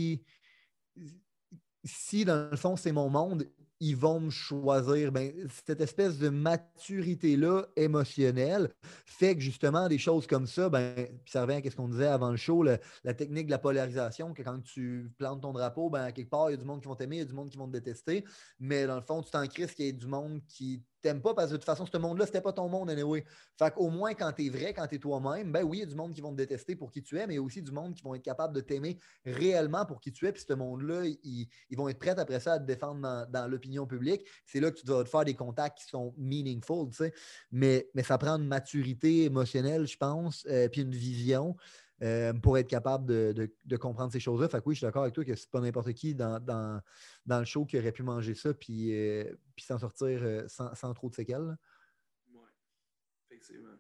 si dans le fond, c'est mon monde, ils vont me choisir. Ben, cette espèce de maturité-là émotionnelle fait que justement, des choses comme ça, ben, puis ça revient à ce qu'on disait avant le show, la technique de la polarisation, que quand tu plantes ton drapeau, ben, à quelque part, il y a du monde qui vont t'aimer, il y a du monde qui vont te détester, mais dans le fond, tu t'en crises qu'il y ait du monde qui t'aime pas parce que de toute façon, ce monde-là, c'était pas ton monde anyway. Fait qu'au moins, quand t'es vrai, quand t'es toi-même, ben oui, il y a du monde qui vont te détester pour qui tu es, mais il y a aussi du monde qui vont être capable de t'aimer réellement pour qui tu es, puis ce monde-là, ils vont être prêts après ça à te défendre dans l'opinion publique. C'est là que tu dois te faire des contacts qui sont meaningful, tu sais. Mais ça prend une maturité émotionnelle, je pense, puis une vision pour être capable de comprendre ces choses-là. Fait que oui, je suis d'accord avec toi que c'est pas n'importe qui dans le show qui aurait pu manger ça puis s'en sortir sans trop de séquelles. Oui, effectivement.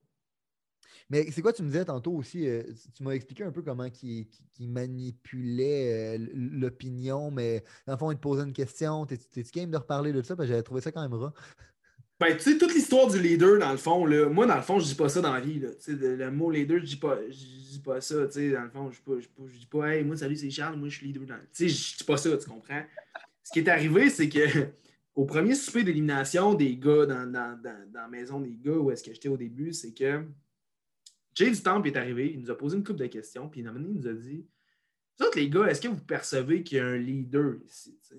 Mais c'est quoi tu me disais tantôt aussi? Tu m'as expliqué un peu comment il manipulait l'opinion, mais dans le fond, il te posait une question. T'es-tu game de reparler de ça? Parce que j'avais trouvé ça quand même ras. Ben, tu sais, toute l'histoire du leader, dans le fond, là, moi, dans le fond, je dis pas ça dans la vie. Là. Le mot leader, je dis pas ça. Dans le fond, je dis pas, hey, moi, salut, c'est Charles, moi, je suis leader. Je dis pas ça, tu comprends? Ce qui est arrivé, c'est que au premier souper d'élimination des gars dans la maison des gars où est-ce que j'étais au début, c'est que Jay du Temple est arrivé, il nous a posé une couple de questions, puis il nous a dit vous autres, les gars, est-ce que vous percevez qu'il y a un leader ici? T'sais?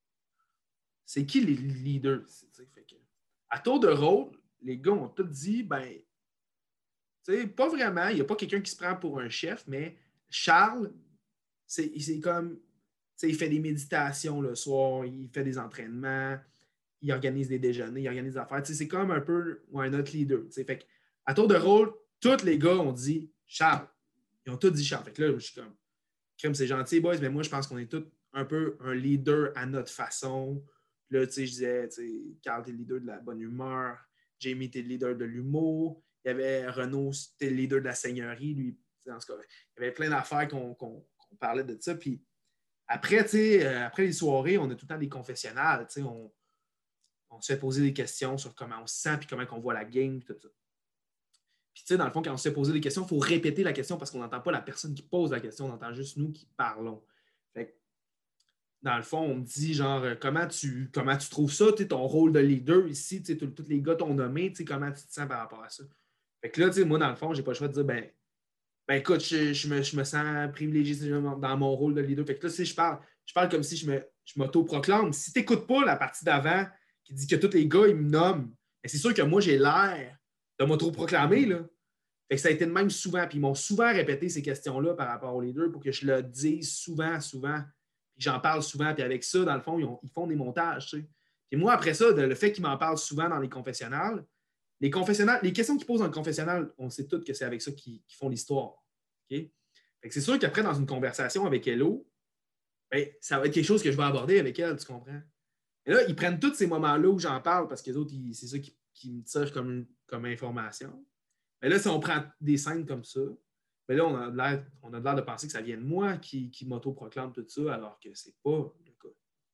C'est qui les leaders ici? Fait que, à tour de rôle, les gars ont tous dit ben, pas vraiment, il n'y a pas quelqu'un qui se prend pour un chef, mais Charles, c'est comme il fait des méditations le soir, il fait des entraînements, il organise des déjeuners, il organise des affaires. C'est comme un peu notre leader. Fait que, à tour de rôle, tous les gars ont dit Charles. Ils ont tous dit Charles. Fait que là, je suis comme crème, c'est gentil, boys, mais moi, je pense qu'on est tous un peu un leader à notre façon. Là, je disais, Carl, t'es le leader de la bonne humeur. Jamie, t'es le leader de l'humour. Il y avait Renaud, c'était le leader de la seigneurie. Lui, en tout cas, il y avait plein d'affaires qu'on parlait de ça. Puis, Après, tu sais, après les soirées, on a tout le temps des confessionnals. Tu sais, on se fait poser des questions sur comment on se sent puis comment on voit la game, tout ça. Puis, tu sais, dans le fond, quand on se fait poser des questions, il faut répéter la question parce qu'on n'entend pas la personne qui pose la question, on entend juste nous qui parlons. Fait que, dans le fond, on me dit, genre, comment tu trouves ça, ton rôle de leader ici, tous les gars t'ont nommé, comment tu te sens par rapport à ça. Fait que là, moi, dans le fond, j'ai pas le choix de dire, ben écoute, je me sens privilégié dans mon rôle de leader. Fait que là, je parle comme si je m'auto-proclame. Si tu n'écoutes pas la partie d'avant qui dit que tous les gars, ils me nomment, c'est sûr que moi, j'ai l'air de m'auto-proclamer, là. Fait que ça a été de même souvent. Puis ils m'ont souvent répété ces questions-là par rapport aux leaders pour que je le dise souvent, souvent. Puis j'en parle souvent. Puis avec ça, dans le fond, ils font des montages, tu sais. Puis moi, après ça, le fait qu'ils m'en parlent souvent dans les confessionnals, les questions qu'ils posent dans le confessionnal, on sait tous que c'est avec ça qu'ils font l'histoire. Okay? C'est sûr qu'après, dans une conversation avec Hello, ben, ça va être quelque chose que je vais aborder avec elle, tu comprends? Et là, ils prennent tous ces moments-là où j'en parle parce que les autres, c'est ça qui me tirent comme information. Mais là, si on prend des scènes comme ça, ben là, on a de l'air de penser que ça vient de moi qui m'auto-proclame tout ça, alors que c'est pas le cas.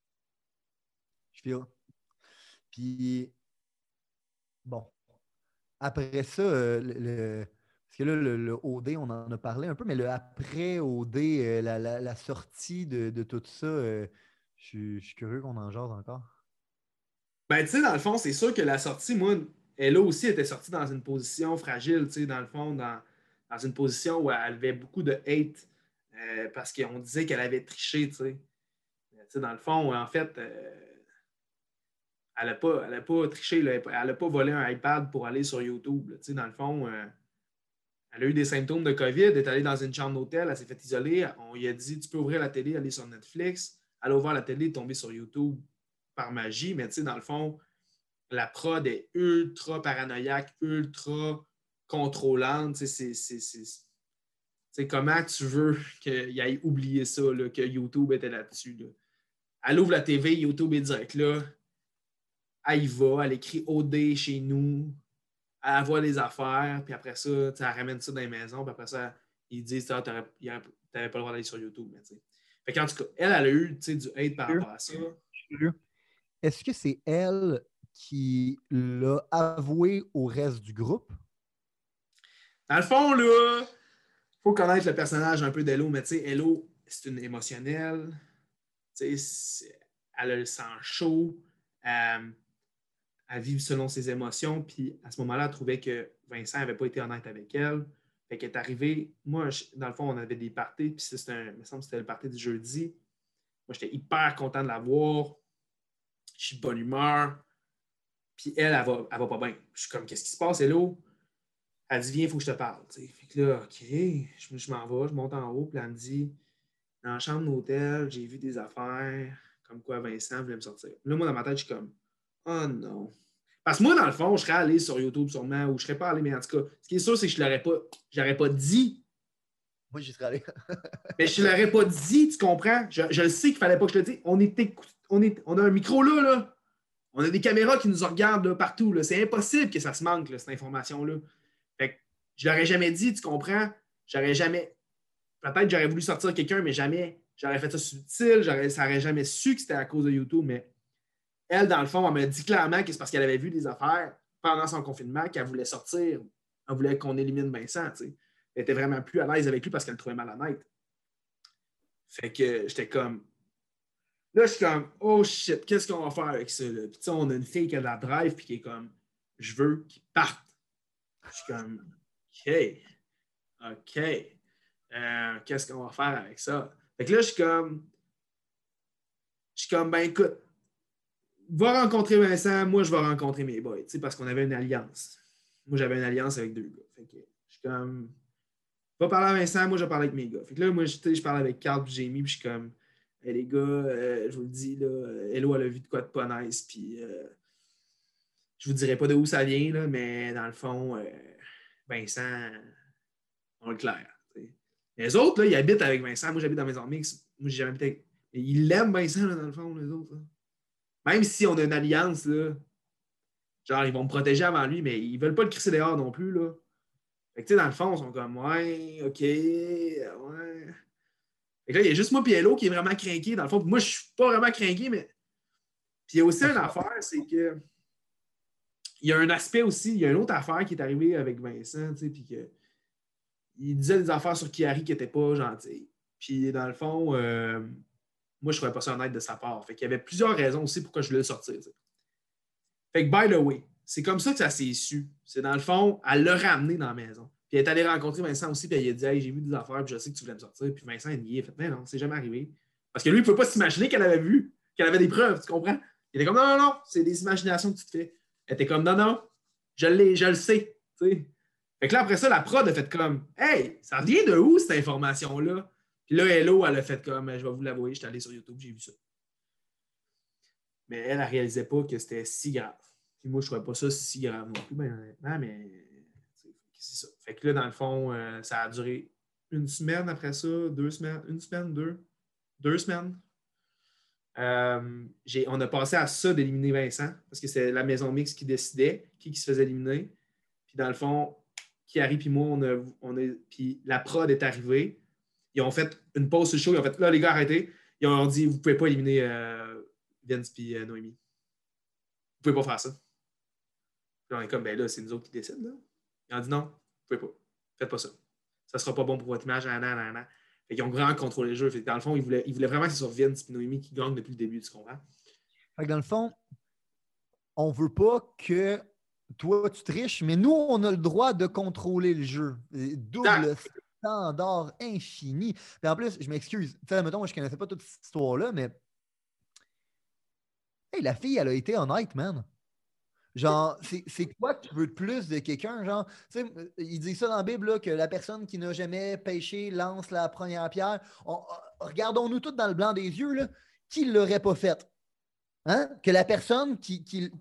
Je file. Puis, bon, après ça, parce que là, le OD, on en a parlé un peu, mais le après OD, la sortie de tout ça, je suis curieux qu'on en jase encore. Ben, tu sais, dans le fond, c'est sûr que la sortie, moi, elle aussi était sortie dans une position fragile, tu sais, dans le fond, dans une position où elle avait beaucoup de hate parce qu'on disait qu'elle avait triché, tu sais. Tu sais, dans le fond, en fait, elle n'a pas triché, là, elle n'a pas volé un iPad pour aller sur YouTube. Là, tu sais, dans le fond, elle a eu des symptômes de COVID, elle est allée dans une chambre d'hôtel, elle s'est fait isoler. On lui a dit, tu peux ouvrir la télé, aller sur Netflix. Elle a ouvert la télé, tombée sur YouTube par magie, mais tu sais, dans le fond, la prod est ultra paranoïaque, ultra contrôlante. C'est comment tu veux qu'il aille oublier ça, là, que YouTube était là-dessus. Là. Elle ouvre la TV, YouTube est direct là. Elle y va, elle écrit OD chez nous, elle voit les affaires, puis après ça, elle ramène ça dans les maisons, puis après ça, ils disent tu n'avais pas le droit d'aller sur YouTube. Mais, fait qu'en tout cas, elle a eu du hate par rapport à ça. Est-ce que c'est elle qui l'a avoué au reste du groupe? Dans le fond, là, il faut connaître le personnage un peu d'Hello, mais tu sais, Hello, c'est une émotionnelle. Elle a le sang chaud. Elle vit selon ses émotions. Puis à ce moment-là, elle trouvait que Vincent n'avait pas été honnête avec elle. Fait qu'elle est arrivée. Moi, dans le fond, on avait des parties. Puis il me semble que c'était le party du jeudi. Moi, j'étais hyper content de la voir. Je suis de bonne humeur. Puis elle va pas bien. Je suis comme, qu'est-ce qui se passe, Hello? Elle dit, viens, il faut que je te parle. T'sais. Fait que là, OK, je m'en vais, je monte en haut, puis elle me dit, dans la chambre d'hôtel, j'ai vu des affaires, comme quoi Vincent voulait me sortir. Là, moi, dans ma tête, je suis comme, oh non. Parce que moi, dans le fond, je serais allé sur YouTube sûrement, ou je serais pas allé, mais en tout cas, ce qui est sûr, c'est que je l'aurais pas dit. Moi, j'y serais allé. Mais je ne l'aurais pas dit, tu comprends? Je le sais qu'il fallait pas que je le dise. On a un micro là, là. On a des caméras qui nous regardent là, partout. Là. C'est impossible que ça se manque, là, cette information-là. Fait que je l'aurais jamais dit, tu comprends? J'aurais jamais. Peut-être que j'aurais voulu sortir quelqu'un, mais jamais. J'aurais fait ça subtil, ça n'aurait jamais su que c'était à cause de YouTube, mais elle, dans le fond, elle m'a dit clairement que c'est parce qu'elle avait vu des affaires pendant son confinement qu'elle voulait sortir. Elle voulait qu'on élimine Vincent, tu sais. Elle était vraiment plus à l'aise avec lui parce qu'elle le trouvait malhonnête. Fait que j'étais comme. Là, je suis comme, oh shit, qu'est-ce qu'on va faire avec ça? Là? Puis, on a une fille qui a de la drive puis qui est comme, je veux qu'il parte. Je suis comme, OK. Qu'est-ce qu'on va faire avec ça? Fait que là, je suis comme, ben écoute, va rencontrer Vincent, moi, je vais rencontrer mes boys, parce qu'on avait une alliance. Moi, j'avais une alliance avec 2 gars. Fait que je suis comme, va parler à Vincent, moi, je vais parler avec mes gars. Fait que là, moi, je parle avec Carl et Jamie, puis je suis comme, hey, les gars, je vous le dis, là, Hello, elle a vu de quoi de pas nice, puis je vous dirai pas de où ça vient, là, mais dans le fond, Vincent, on le claire. T'sais. Les autres, là, ils habitent avec Vincent. Moi, j'habite dans Maison Mix. Moi, j'ai jamais habité avec. Ils l'aiment, Vincent, là, dans le fond, les autres. Là. Même si on a une alliance, là, genre, ils vont me protéger avant lui, mais ils veulent pas le crisser dehors non plus, là. Fait que, tu sais, dans le fond, ils sont comme, ouais, OK, ouais. Fait que là, il y a juste moi et Hello qui est vraiment craqué. Dans le fond, moi, je suis pas vraiment craqué, mais. Puis il y a aussi une affaire, c'est que. Il y a un aspect aussi, il y a une autre affaire qui est arrivée avec Vincent, tu sais, puis que. Il disait des affaires sur Chiari qui n'étaient pas gentilles. Puis dans le fond, moi, je ne trouvais pas ça honnête de sa part. Fait qu'il y avait plusieurs raisons aussi pourquoi je voulais le sortir. T'sais. Fait que, by the way, c'est comme ça que ça s'est su. C'est dans le fond, elle l'a ramené dans la maison. Puis elle est allée rencontrer Vincent aussi, puis elle a dit hey, j'ai vu des affaires, puis je sais que tu voulais me sortir. Puis Vincent, il niait. Il a fait mais non, c'est jamais arrivé. Parce que lui, il ne peut pas s'imaginer qu'elle avait vu, qu'elle avait des preuves, tu comprends? Il était comme non, non, non, c'est des imaginations que tu te fais. Elle était comme non, non, je le sais. T'sais. Fait que là, après ça, la prod a fait comme hey, ça vient de où cette information-là? Puis là, Hello, elle a fait comme je vais vous l'avouer, j'étais allé sur YouTube, j'ai vu ça. Mais elle ne réalisait pas que c'était si grave. Puis moi, je ne trouvais pas ça si grave non plus, ben, honnêtement, mais c'est ça. Fait que là, dans le fond, ça a duré une semaine après ça, 2 semaines, une semaine, deux semaines. On a passé à ça d'éliminer Vincent, parce que c'est la maison mixte qui décidait qui se faisait éliminer. Puis dans le fond, Chiari puis moi, puis la prod est arrivée. Ils ont fait une pause sur le show. Ils ont fait là, les gars, arrêtez. Ils ont dit vous ne pouvez pas éliminer Vince et Noémie. Vous ne pouvez pas faire ça. Puis on est comme ben là, c'est nous autres qui décident. Là. Ils ont dit non, vous ne pouvez pas. Faites pas ça. Ça ne sera pas bon pour votre image. Fait qu'ils ont vraiment contrôlé le jeu. Fait que dans le fond, ils voulaient vraiment que ce soit Vince et Noémie qui gagnent depuis le début, tu comprends? Fait que dans le fond, on ne veut pas que toi, tu triches, mais nous, on a le droit de contrôler le jeu. Double standard infini. Puis en plus, je m'excuse. Mettons, moi, je ne connaissais pas toute cette histoire-là, mais hey, la fille, elle a été honnête, man. Genre, c'est quoi que tu veux de plus de quelqu'un? Genre, tu sais, il dit ça dans la Bible, là, que la personne qui n'a jamais péché lance la première pierre. Regardons-nous tous dans le blanc des yeux, là, qui ne l'aurait pas fait? Hein? Que la personne qui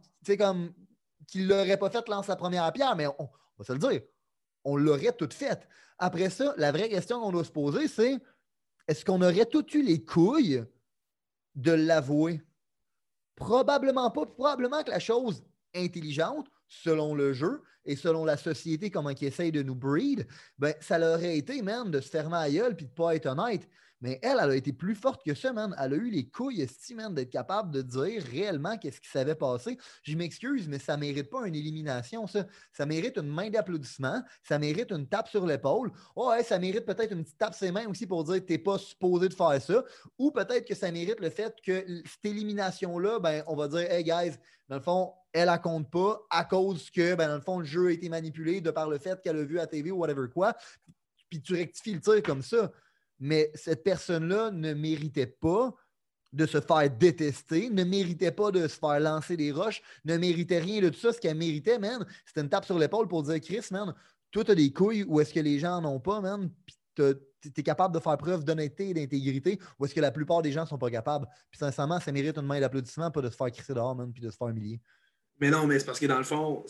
ne l'aurait pas fait lance la première pierre, mais on va se le dire, on l'aurait toute faite. Après ça, la vraie question qu'on doit se poser, c'est est-ce qu'on aurait tout eu les couilles de l'avouer? Probablement pas. Probablement que la chose intelligente, selon le jeu et selon la société, comment ils essayent de nous breed, ben, ça l'aurait été, man, de se fermer à gueule et de ne pas être honnête. Mais elle a été plus forte que ça, man. Elle a eu les couilles, esti, man, d'être capable de dire réellement qu'est-ce qui s'avait passé. Je m'excuse, mais ça ne mérite pas une élimination, ça. Ça mérite une main d'applaudissement. Ça mérite une tape sur l'épaule. Oh, ouais, ça mérite peut-être une petite tape sur les mains aussi pour dire que tu n'es pas supposé de faire ça. Ou peut-être que ça mérite le fait que cette élimination-là, ben, on va dire, hey, guys, dans le fond, elle ne compte pas à cause que, ben, dans le fond, le jeu a été manipulé de par le fait qu'elle a vu à TV ou whatever quoi. Puis tu rectifies le tir comme ça. Mais cette personne-là ne méritait pas de se faire détester, ne méritait pas de se faire lancer des roches, ne méritait rien de tout ça. Ce qu'elle méritait, man, c'était une tape sur l'épaule pour dire Chris, man, toi, t'as des couilles ou est-ce que les gens n'en ont pas, man? Puis t'es capable de faire preuve d'honnêteté et d'intégrité ou est-ce que la plupart des gens ne sont pas capables? Puis sincèrement, ça mérite une main d'applaudissement, pas de se faire crisser dehors, man, puis de se faire humilier. Mais non, mais c'est parce que dans le fond,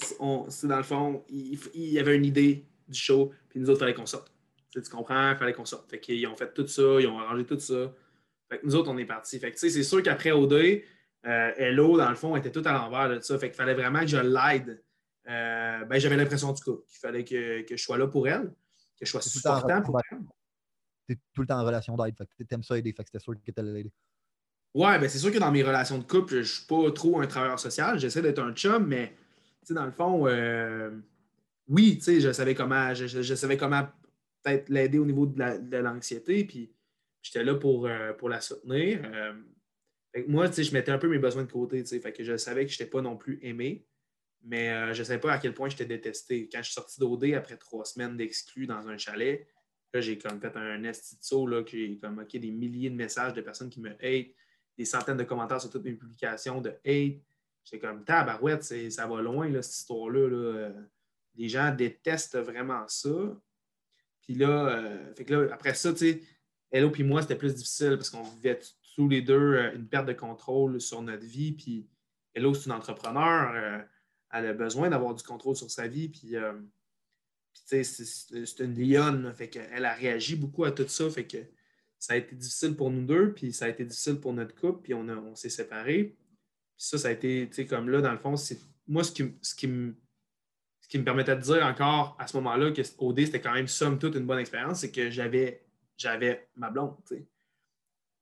il y avait une idée du show, puis nous autres, il fallait qu'on sorte. Tu comprends? Il fallait qu'on sorte. Fait qu'ils ont fait tout ça, ils ont arrangé tout ça. Fait que nous autres, on est partis. Fait que tu sais, c'est sûr qu'après OD, Hello, dans le fond, était tout à l'envers de ça. Fait qu'il fallait vraiment que je l'aide. Ben, j'avais l'impression du coup qu'il fallait que je sois là pour elle, que je sois supportant pour elle. T'es tout le temps en relation d'aide. Fait que t'aimes ça aider. Fait que c'était sûr que t'allais l'aider. Ouais, ben c'est sûr que dans mes relations de couple, je suis pas trop un travailleur social. J'essaie d'être un chum, mais tu sais, dans le fond, oui, tu sais, je savais comment peut-être l'aider au niveau de l'anxiété, puis j'étais là pour la soutenir. Fait que moi, tu sais, je mettais un peu mes besoins de côté, tu sais, fait que je savais que je n'étais pas non plus aimé, mais je ne savais pas à quel point j'étais détesté. Quand je suis sorti d'OD après 3 semaines d'exclus dans un chalet, là, j'ai comme fait un esti de saut, là, que j'ai comme des milliers de messages de personnes qui me hate, des centaines de commentaires sur toutes mes publications de hate. J'étais comme, tabarouette, ça va loin, là, cette histoire-là. Là. Les gens détestent vraiment ça. Puis là, fait que là, après ça, tu sais, Hello puis moi, c'était plus difficile parce qu'on vivait tous les deux une perte de contrôle sur notre vie. Puis Hello, c'est une entrepreneur. Elle a besoin d'avoir du contrôle sur sa vie. Puis tu sais, c'est une lionne. Fait qu'elle a réagi beaucoup à tout ça. Fait que ça a été difficile pour nous deux. Puis ça a été difficile pour notre couple. Puis on s'est séparés. Puis ça a été, tu sais, comme là, dans le fond, c'est moi, ce qui me permettait de dire encore à ce moment-là que OD, c'était quand même somme toute une bonne expérience, c'est que j'avais ma blonde. T'sais.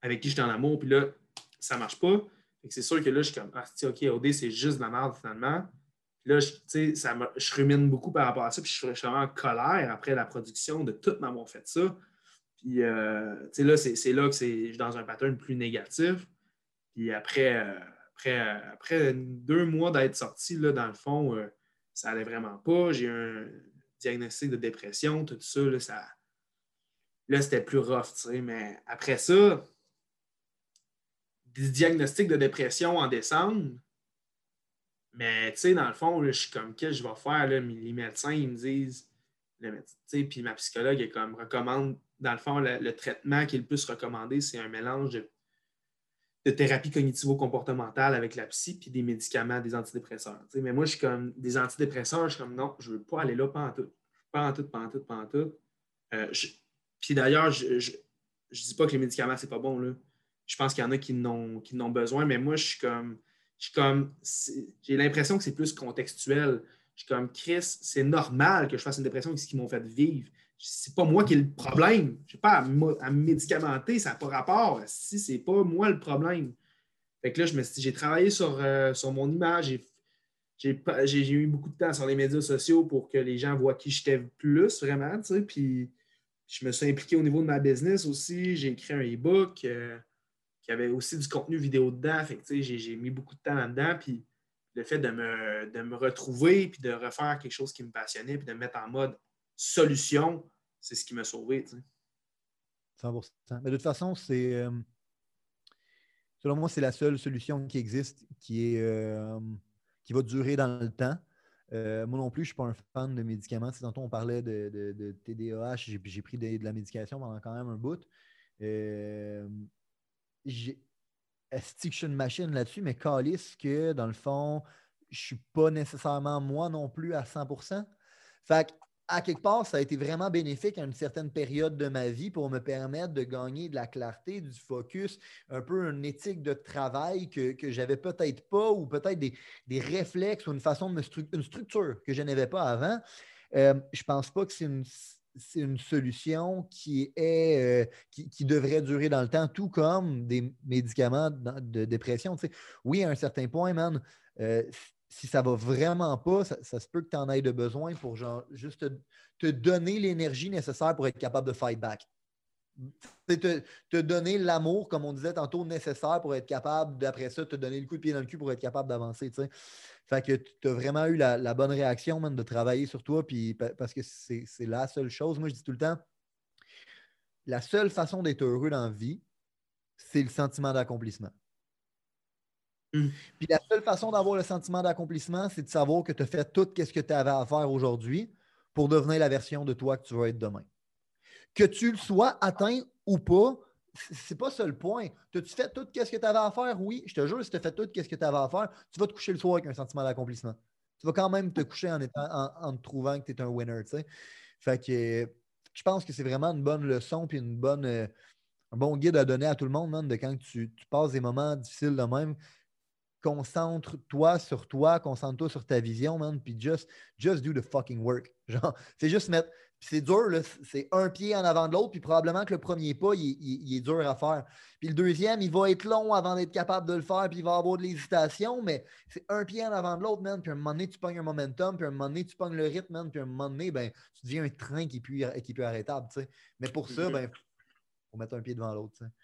avec qui j'étais en amour, puis là, ça marche pas. Fait que c'est sûr que là, je suis comme, ah, OK, OD, c'est juste de la merde, finalement. Puis là, je rumine beaucoup par rapport à ça, puis je suis vraiment en colère après la production de tout m'avoir fait ça. Puis, là, c'est là que je suis dans un pattern plus négatif. Puis après 2 mois d'être sorti, là, dans le fond, ça allait vraiment pas. J'ai eu un diagnostic de dépression, tout ça. Là, c'était plus rough, tu sais. Mais après ça, des diagnostics de dépression en décembre, mais tu sais, dans le fond, là, je suis comme, qu'est-ce que je vais faire? Là? Les médecins, ils me disent, puis ma psychologue, elle comme, recommande, dans le fond, le traitement qui est le plus recommandé, c'est un mélange de thérapie cognitivo-comportementale avec la psy, puis des médicaments, des antidépresseurs. Tu sais. Mais moi, je suis comme, des antidépresseurs, je suis comme, non, je ne veux pas aller là, pas en tout. Pas en tout, pas en tout, pas en tout. Puis d'ailleurs, je dis pas que les médicaments, c'est pas bon, là. Je pense qu'il y en a qui n'ont besoin, mais moi, j'ai l'impression que c'est plus contextuel. Je suis comme, Chris, c'est normal que je fasse une dépression avec ce qu'ils m'ont fait vivre. C'est pas moi qui ai le problème. Je n'ai pas à me médicamenter, ça n'a pas rapport. Si c'est pas moi le problème. Fait que là, j'ai travaillé sur mon image. J'ai eu beaucoup de temps sur les médias sociaux pour que les gens voient qui j'étais plus, vraiment, tu sais. Puis je me suis impliqué au niveau de ma business aussi. J'ai écrit un e-book qui avait aussi du contenu vidéo dedans. Fait que, tu sais, j'ai mis beaucoup de temps là-dedans. Puis le fait de me retrouver puis de refaire quelque chose qui me passionnait puis de me mettre en mode solution, c'est ce qui m'a sauvé. Tu sais. 100%. Mais de toute façon, selon moi, c'est la seule solution qui existe qui va durer dans le temps. Moi non plus, je ne suis pas un fan de médicaments. Tantôt, on parlait de TDAH. J'ai pris de la médication pendant quand même un bout. Est-ce que je suis une machine là-dessus, mais calisse que, dans le fond, je ne suis pas nécessairement moi non plus à 100%. Fait à quelque part, ça a été vraiment bénéfique à une certaine période de ma vie pour me permettre de gagner de la clarté, du focus, un peu une éthique de travail que je n'avais peut-être pas ou peut-être des réflexes ou une façon de une structure que je n'avais pas avant. Je ne pense pas que c'est une solution qui devrait durer dans le temps, tout comme des médicaments de dépression. Tu sais. Oui, à un certain point, man, si ça va vraiment pas, ça se peut que tu en aies de besoin pour genre juste te donner l'énergie nécessaire pour être capable de fight back. Te donner l'amour, comme on disait tantôt, nécessaire pour être capable, d'après ça, te donner le coup de pied dans le cul pour être capable d'avancer. Tu sais. Fait que tu as vraiment eu la bonne réaction, man, de travailler sur toi, puis parce que c'est la seule chose. Moi, je dis tout le temps, la seule façon d'être heureux dans la vie, c'est le sentiment d'accomplissement. Puis la seule façon d'avoir le sentiment d'accomplissement, c'est de savoir que tu as fait tout ce que tu avais à faire aujourd'hui pour devenir la version de toi que tu vas être demain. Que tu le sois atteint ou pas, c'est pas ça le point. As-tu fait tout ce que tu avais à faire? Oui, je te jure, si tu as fait tout ce que tu avais à faire, tu vas te coucher le soir avec un sentiment d'accomplissement. Tu vas quand même te coucher en te trouvant que tu es un winner. T'sais. Fait que je pense que c'est vraiment une bonne leçon et un bon guide à donner à tout le monde, man, de quand tu passes des moments difficiles de même. Concentre-toi sur toi, concentre-toi sur ta vision, man, puis just do the fucking work. Genre, c'est juste mettre. C'est dur, là, c'est un pied en avant de l'autre, puis probablement que le premier pas, il est dur à faire. Puis le deuxième, il va être long avant d'être capable de le faire, puis il va avoir de l'hésitation, mais c'est un pied en avant de l'autre, man, puis à un moment donné, tu pognes un momentum, puis à un moment donné, tu pognes le rythme, man, puis à un moment donné, ben, tu deviens un train qui est plus arrêtable, tu sais. Mais pour ça, ben, faut mettre un pied devant l'autre, tu sais.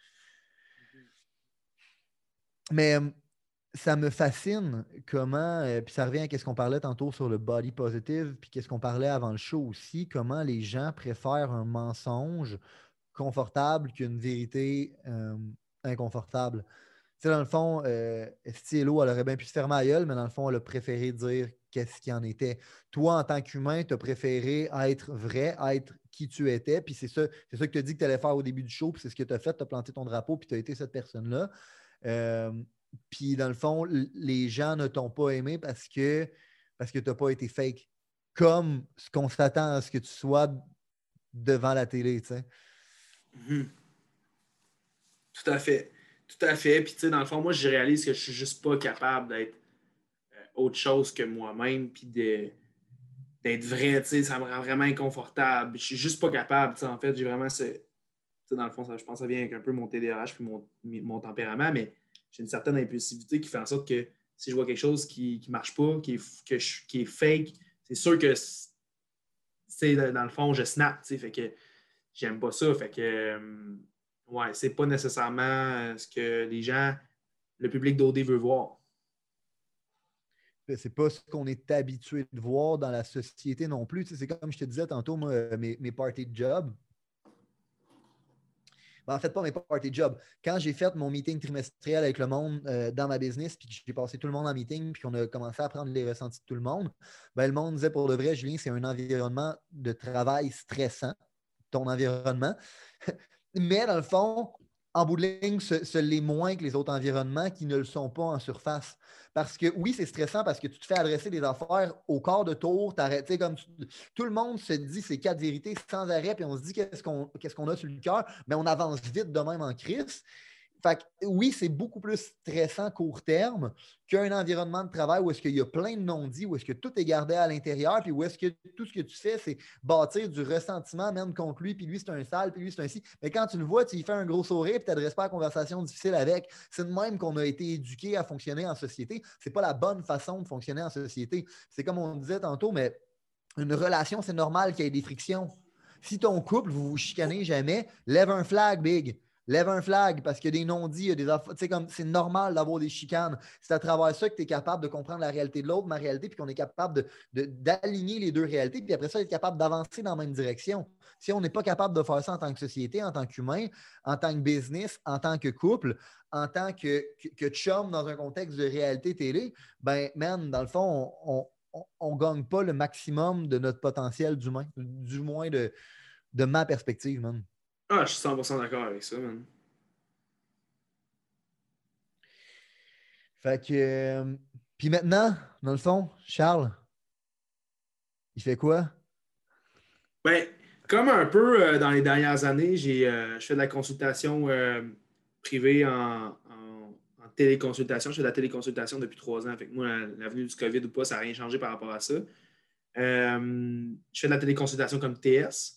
Mais ça me fascine comment, puis ça revient à ce qu'on parlait tantôt sur le body positive, puis qu'est-ce qu'on parlait avant le show aussi, comment les gens préfèrent un mensonge confortable qu'une vérité inconfortable. Tu sais, dans le fond, Stylo, elle aurait bien pu se fermer à gueule, mais dans le fond, elle a préféré dire qu'est-ce qu'il en était. Toi, en tant qu'humain, tu as préféré être vrai, être qui tu étais, puis c'est ça que tu as dit que tu allais faire au début du show, puis c'est ce que tu as fait, tu as planté ton drapeau, puis tu as été cette personne-là. Puis dans le fond, les gens ne t'ont pas aimé parce que tu n'as pas été fake. Comme ce qu'on s'attend à ce que tu sois devant la télé, tu sais. Tout à fait. Tout à fait. Puis, tu sais, dans le fond, moi, je réalise que je suis juste pas capable d'être autre chose que moi-même, puis d'être vrai, tu sais, ça me rend vraiment inconfortable. Je suis juste pas capable, tu sais, en fait, j'ai vraiment Dans le fond, je pense que ça vient avec un peu mon TDAH puis mon tempérament, mais j'ai une certaine impulsivité qui fait en sorte que si je vois quelque chose qui ne marche pas, qui est fake, c'est sûr que dans le fond, je snap. Fait que j'aime pas ça. Fait que ouais, c'est pas nécessairement ce que le public d'OD veut voir. C'est pas ce qu'on est habitué de voir dans la société non plus. C'est comme je te disais tantôt, moi, mes parties de job. Ben, en fait, pas mes parties de job. Quand j'ai fait mon meeting trimestriel avec le monde dans ma business, puis que j'ai passé tout le monde en meeting, puis qu'on a commencé à prendre les ressentis de tout le monde, ben, le monde disait pour de vrai, Julien, c'est un environnement de travail stressant, ton environnement. Mais dans le fond, en bout de ligne, ce l'est moins que les autres environnements qui ne le sont pas en surface. Parce que oui, c'est stressant parce que tu te fais adresser des affaires au quart de tour. Comme tout le monde se dit ces 4 vérités sans arrêt, puis on se dit qu'est-ce qu'on a sur le cœur, mais on avance vite de même en crise. Fait que, oui, c'est beaucoup plus stressant court terme qu'un environnement de travail où est-ce qu'il y a plein de non-dits, où est-ce que tout est gardé à l'intérieur, puis où est-ce que tout ce que tu fais, c'est bâtir du ressentiment même contre lui, puis lui, c'est un sale, puis lui, c'est un ci. Mais quand tu le vois, tu lui fais un gros sourire, puis tu n'adresses pas la conversation difficile avec. C'est de même qu'on a été éduqué à fonctionner en société. C'est pas la bonne façon de fonctionner en société. C'est comme on disait tantôt, mais une relation, c'est normal qu'il y ait des frictions. Si ton couple, vous vous chicanez jamais, lève un flag, big. Lève un flag parce qu'il y a des non-dits, il y a des affaires. C'est normal d'avoir des chicanes. C'est à travers ça que tu es capable de comprendre la réalité de l'autre, ma réalité, puis qu'on est capable d'aligner les deux réalités, puis après ça, être capable d'avancer dans la même direction. Si on n'est pas capable de faire ça en tant que société, en tant qu'humain, en tant que business, en tant que couple, en tant que chum dans un contexte de réalité télé, ben, man, dans le fond, on ne gagne pas le maximum de notre potentiel d'humain, du moins de ma perspective, man. Ah, je suis 100% d'accord avec ça, man. Fait que. Puis maintenant, dans le fond, Charles, il fait quoi? Ben, comme un peu dans les dernières années, je fais de la consultation privée en téléconsultation. Je fais de la téléconsultation depuis 3 ans. Fait que moi, l'avenue du COVID ou pas, ça n'a rien changé par rapport à ça. Je fais de la téléconsultation comme TS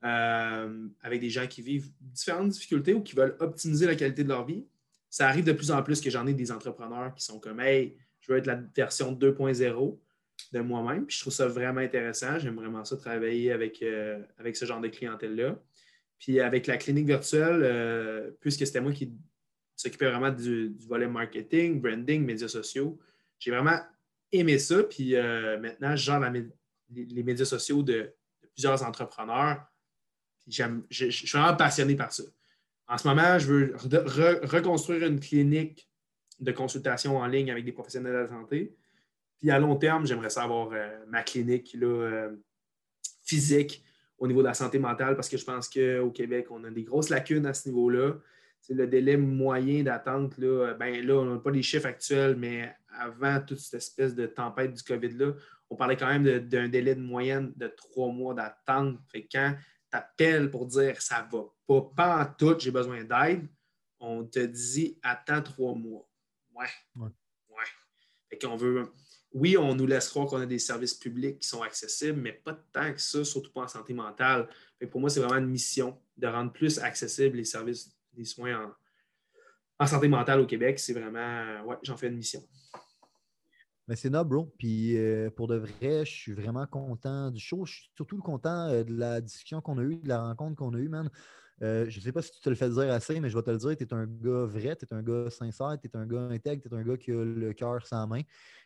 avec des gens qui vivent différentes difficultés ou qui veulent optimiser la qualité de leur vie. Ça arrive de plus en plus que j'en ai des entrepreneurs qui sont comme « Hey, je veux être la version 2.0 de moi-même. » Puis je trouve ça vraiment intéressant. J'aime vraiment ça travailler avec ce genre de clientèle-là. Puis avec la clinique virtuelle, puisque c'était moi qui s'occupais vraiment du volet marketing, branding, médias sociaux, j'ai vraiment aimé ça. Puis maintenant, je gère les médias sociaux de plusieurs entrepreneurs. Puis je suis vraiment passionné par ça. En ce moment, je veux reconstruire une clinique de consultation en ligne avec des professionnels de la santé. Puis à long terme, j'aimerais savoir ma clinique là, physique au niveau de la santé mentale parce que je pense qu'au Québec, on a des grosses lacunes à ce niveau-là. C'est le délai moyen d'attente, là, ben là, on n'a pas les chiffres actuels, mais avant toute cette espèce de tempête du COVID-là, on parlait quand même d'un délai de moyenne de 3 mois d'attente. Fait que quand tu appelles pour dire ça va pas en tout, j'ai besoin d'aide, on te dit attends 3 mois. Ouais. Fait qu'on veut. Oui, on nous laisse croire qu'on a des services publics qui sont accessibles, mais pas tant que ça, surtout pas en santé mentale. Fait que pour moi, c'est vraiment une mission de rendre plus accessibles les services, les soins en santé mentale au Québec. C'est vraiment, ouais, j'en fais une mission. Mais c'est noble, bro. Puis pour de vrai, je suis vraiment content du show. Je suis surtout content de la discussion qu'on a eue, de la rencontre qu'on a eue, man. Je ne sais pas si tu te le fais dire assez, mais je vais te le dire, tu es un gars vrai, tu es un gars sincère, tu es un gars intègre, tu es un gars qui a le cœur sans main.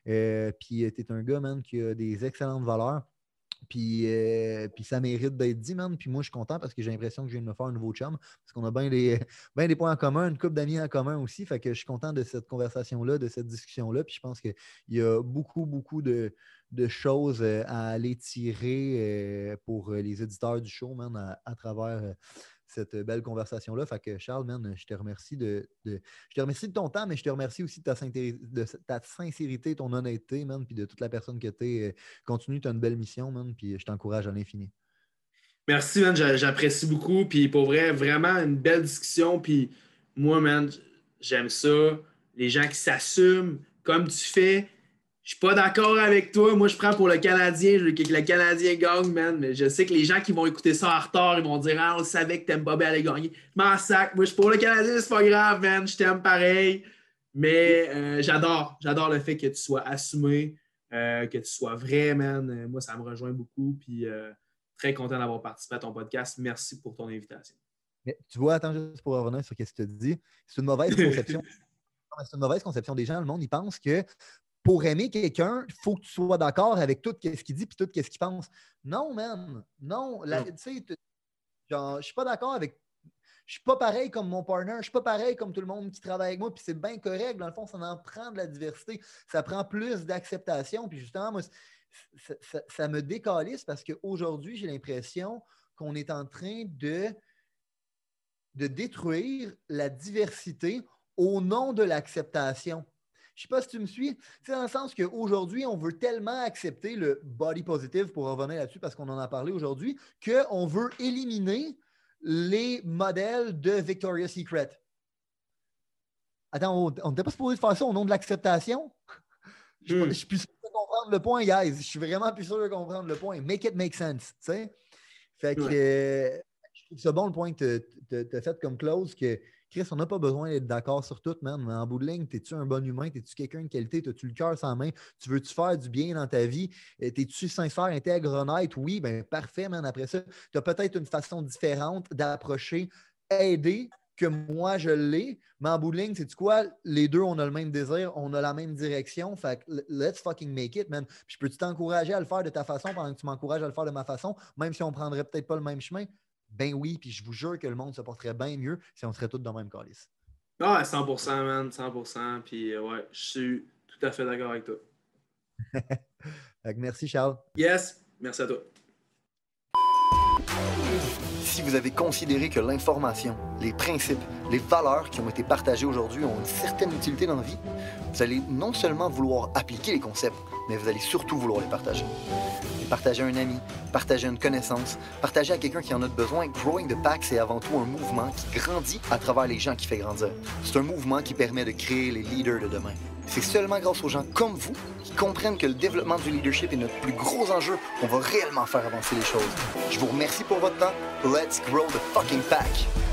Puis tu es un gars, man, qui a des excellentes valeurs. Puis ça mérite d'être dit, man. Puis moi, je suis content parce que j'ai l'impression que je viens de me faire un nouveau chum. Parce qu'on a bien des points en commun, une couple d'amis en commun aussi. Fait que je suis content de cette conversation-là, de cette discussion-là. Puis je pense qu'il y a beaucoup, beaucoup de choses à aller tirer pour les éditeurs du show, man, à travers cette belle conversation-là. Fait que Charles, man, je te remercie je te remercie de ton temps, mais je te remercie aussi de ta sincérité, ton honnêteté, man, puis de toute la personne que tu es. Continue, tu as une belle mission, man, puis je t'encourage à l'infini. Merci, man, j'apprécie beaucoup. Puis pour vrai, vraiment une belle discussion. Puis moi, man, j'aime ça. Les gens qui s'assument comme tu fais. Je suis pas d'accord avec toi. Moi, je prends pour le Canadien. Je veux que le Canadien gagne, man. Mais je sais que les gens qui vont écouter ça en retard, ils vont dire « Ah, on savait que t'aimes Bobby aller gagner. » Je m'en sac. Moi, je suis pour le Canadien, c'est pas grave, man. Je t'aime pareil. Mais j'adore le fait que tu sois assumé, que tu sois vrai, man. Moi, ça me rejoint beaucoup. Puis très content d'avoir participé à ton podcast. Merci pour ton invitation. Mais tu vois, attends, juste pour revenir sur ce que tu te dis, c'est une mauvaise conception. C'est une mauvaise conception des gens. Le monde, ils pensent que pour aimer quelqu'un, il faut que tu sois d'accord avec tout ce qu'il dit et tout ce qu'il pense. Non, man. Non. Tu sais, genre, je suis pas d'accord avec. Je suis pas pareil comme mon partner. Je suis pas pareil comme tout le monde qui travaille avec moi. Puis c'est bien correct. Dans le fond, ça en prend de la diversité. Ça prend plus d'acceptation. Puis justement, moi, ça me décalisse parce qu'aujourd'hui, j'ai l'impression qu'on est en train de détruire la diversité au nom de l'acceptation. Je ne sais pas si tu me suis. C'est dans le sens qu'aujourd'hui, on veut tellement accepter le body positive, pour revenir là-dessus parce qu'on en a parlé aujourd'hui, qu'on veut éliminer les modèles de Victoria's Secret. Attends, on n'était pas supposé faire ça au nom de l'acceptation? Je suis plus sûr de comprendre le point, guys. Je suis vraiment plus sûr de comprendre le point. Make it make sense, tu sais? Fait que je trouve ça bon le point que tu as fait comme close, que Chris, on n'a pas besoin d'être d'accord sur tout, man. Mais en bout de ligne, es-tu un bon humain? Es-tu quelqu'un de qualité? As-tu le cœur sans main? Tu veux-tu faire du bien dans ta vie? Es-tu sincère, intègre, honnête? Oui, ben parfait, man. Après ça, tu as peut-être une façon différente d'approcher, aider que moi, je l'ai. Mais en bout de ligne, sais-tu quoi? Les deux, on a le même désir, on a la même direction. Fait que let's fucking make it, man. Puis je peux-tu t'encourager à le faire de ta façon pendant que tu m'encourages à le faire de ma façon, même si on prendrait peut-être pas le même chemin? Ben oui, puis je vous jure que le monde se porterait bien mieux si on serait tous dans le même calice. Ah, 100%, man, 100%. Puis ouais, je suis tout à fait d'accord avec toi. Merci, Charles. Yes, merci à toi. Si vous avez considéré que l'information, les principes, les valeurs qui ont été partagées aujourd'hui ont une certaine utilité dans la vie, vous allez non seulement vouloir appliquer les concepts, mais vous allez surtout vouloir les partager. Les partager à un ami, partager à une connaissance, partager à quelqu'un qui en a besoin. Growing the Pack, c'est avant tout un mouvement qui grandit à travers les gens qui fait grandir. C'est un mouvement qui permet de créer les leaders de demain. C'est seulement grâce aux gens comme vous qui comprennent que le développement du leadership est notre plus gros enjeu qu'on va réellement faire avancer les choses. Je vous remercie pour votre temps. Let's grow the fucking pack!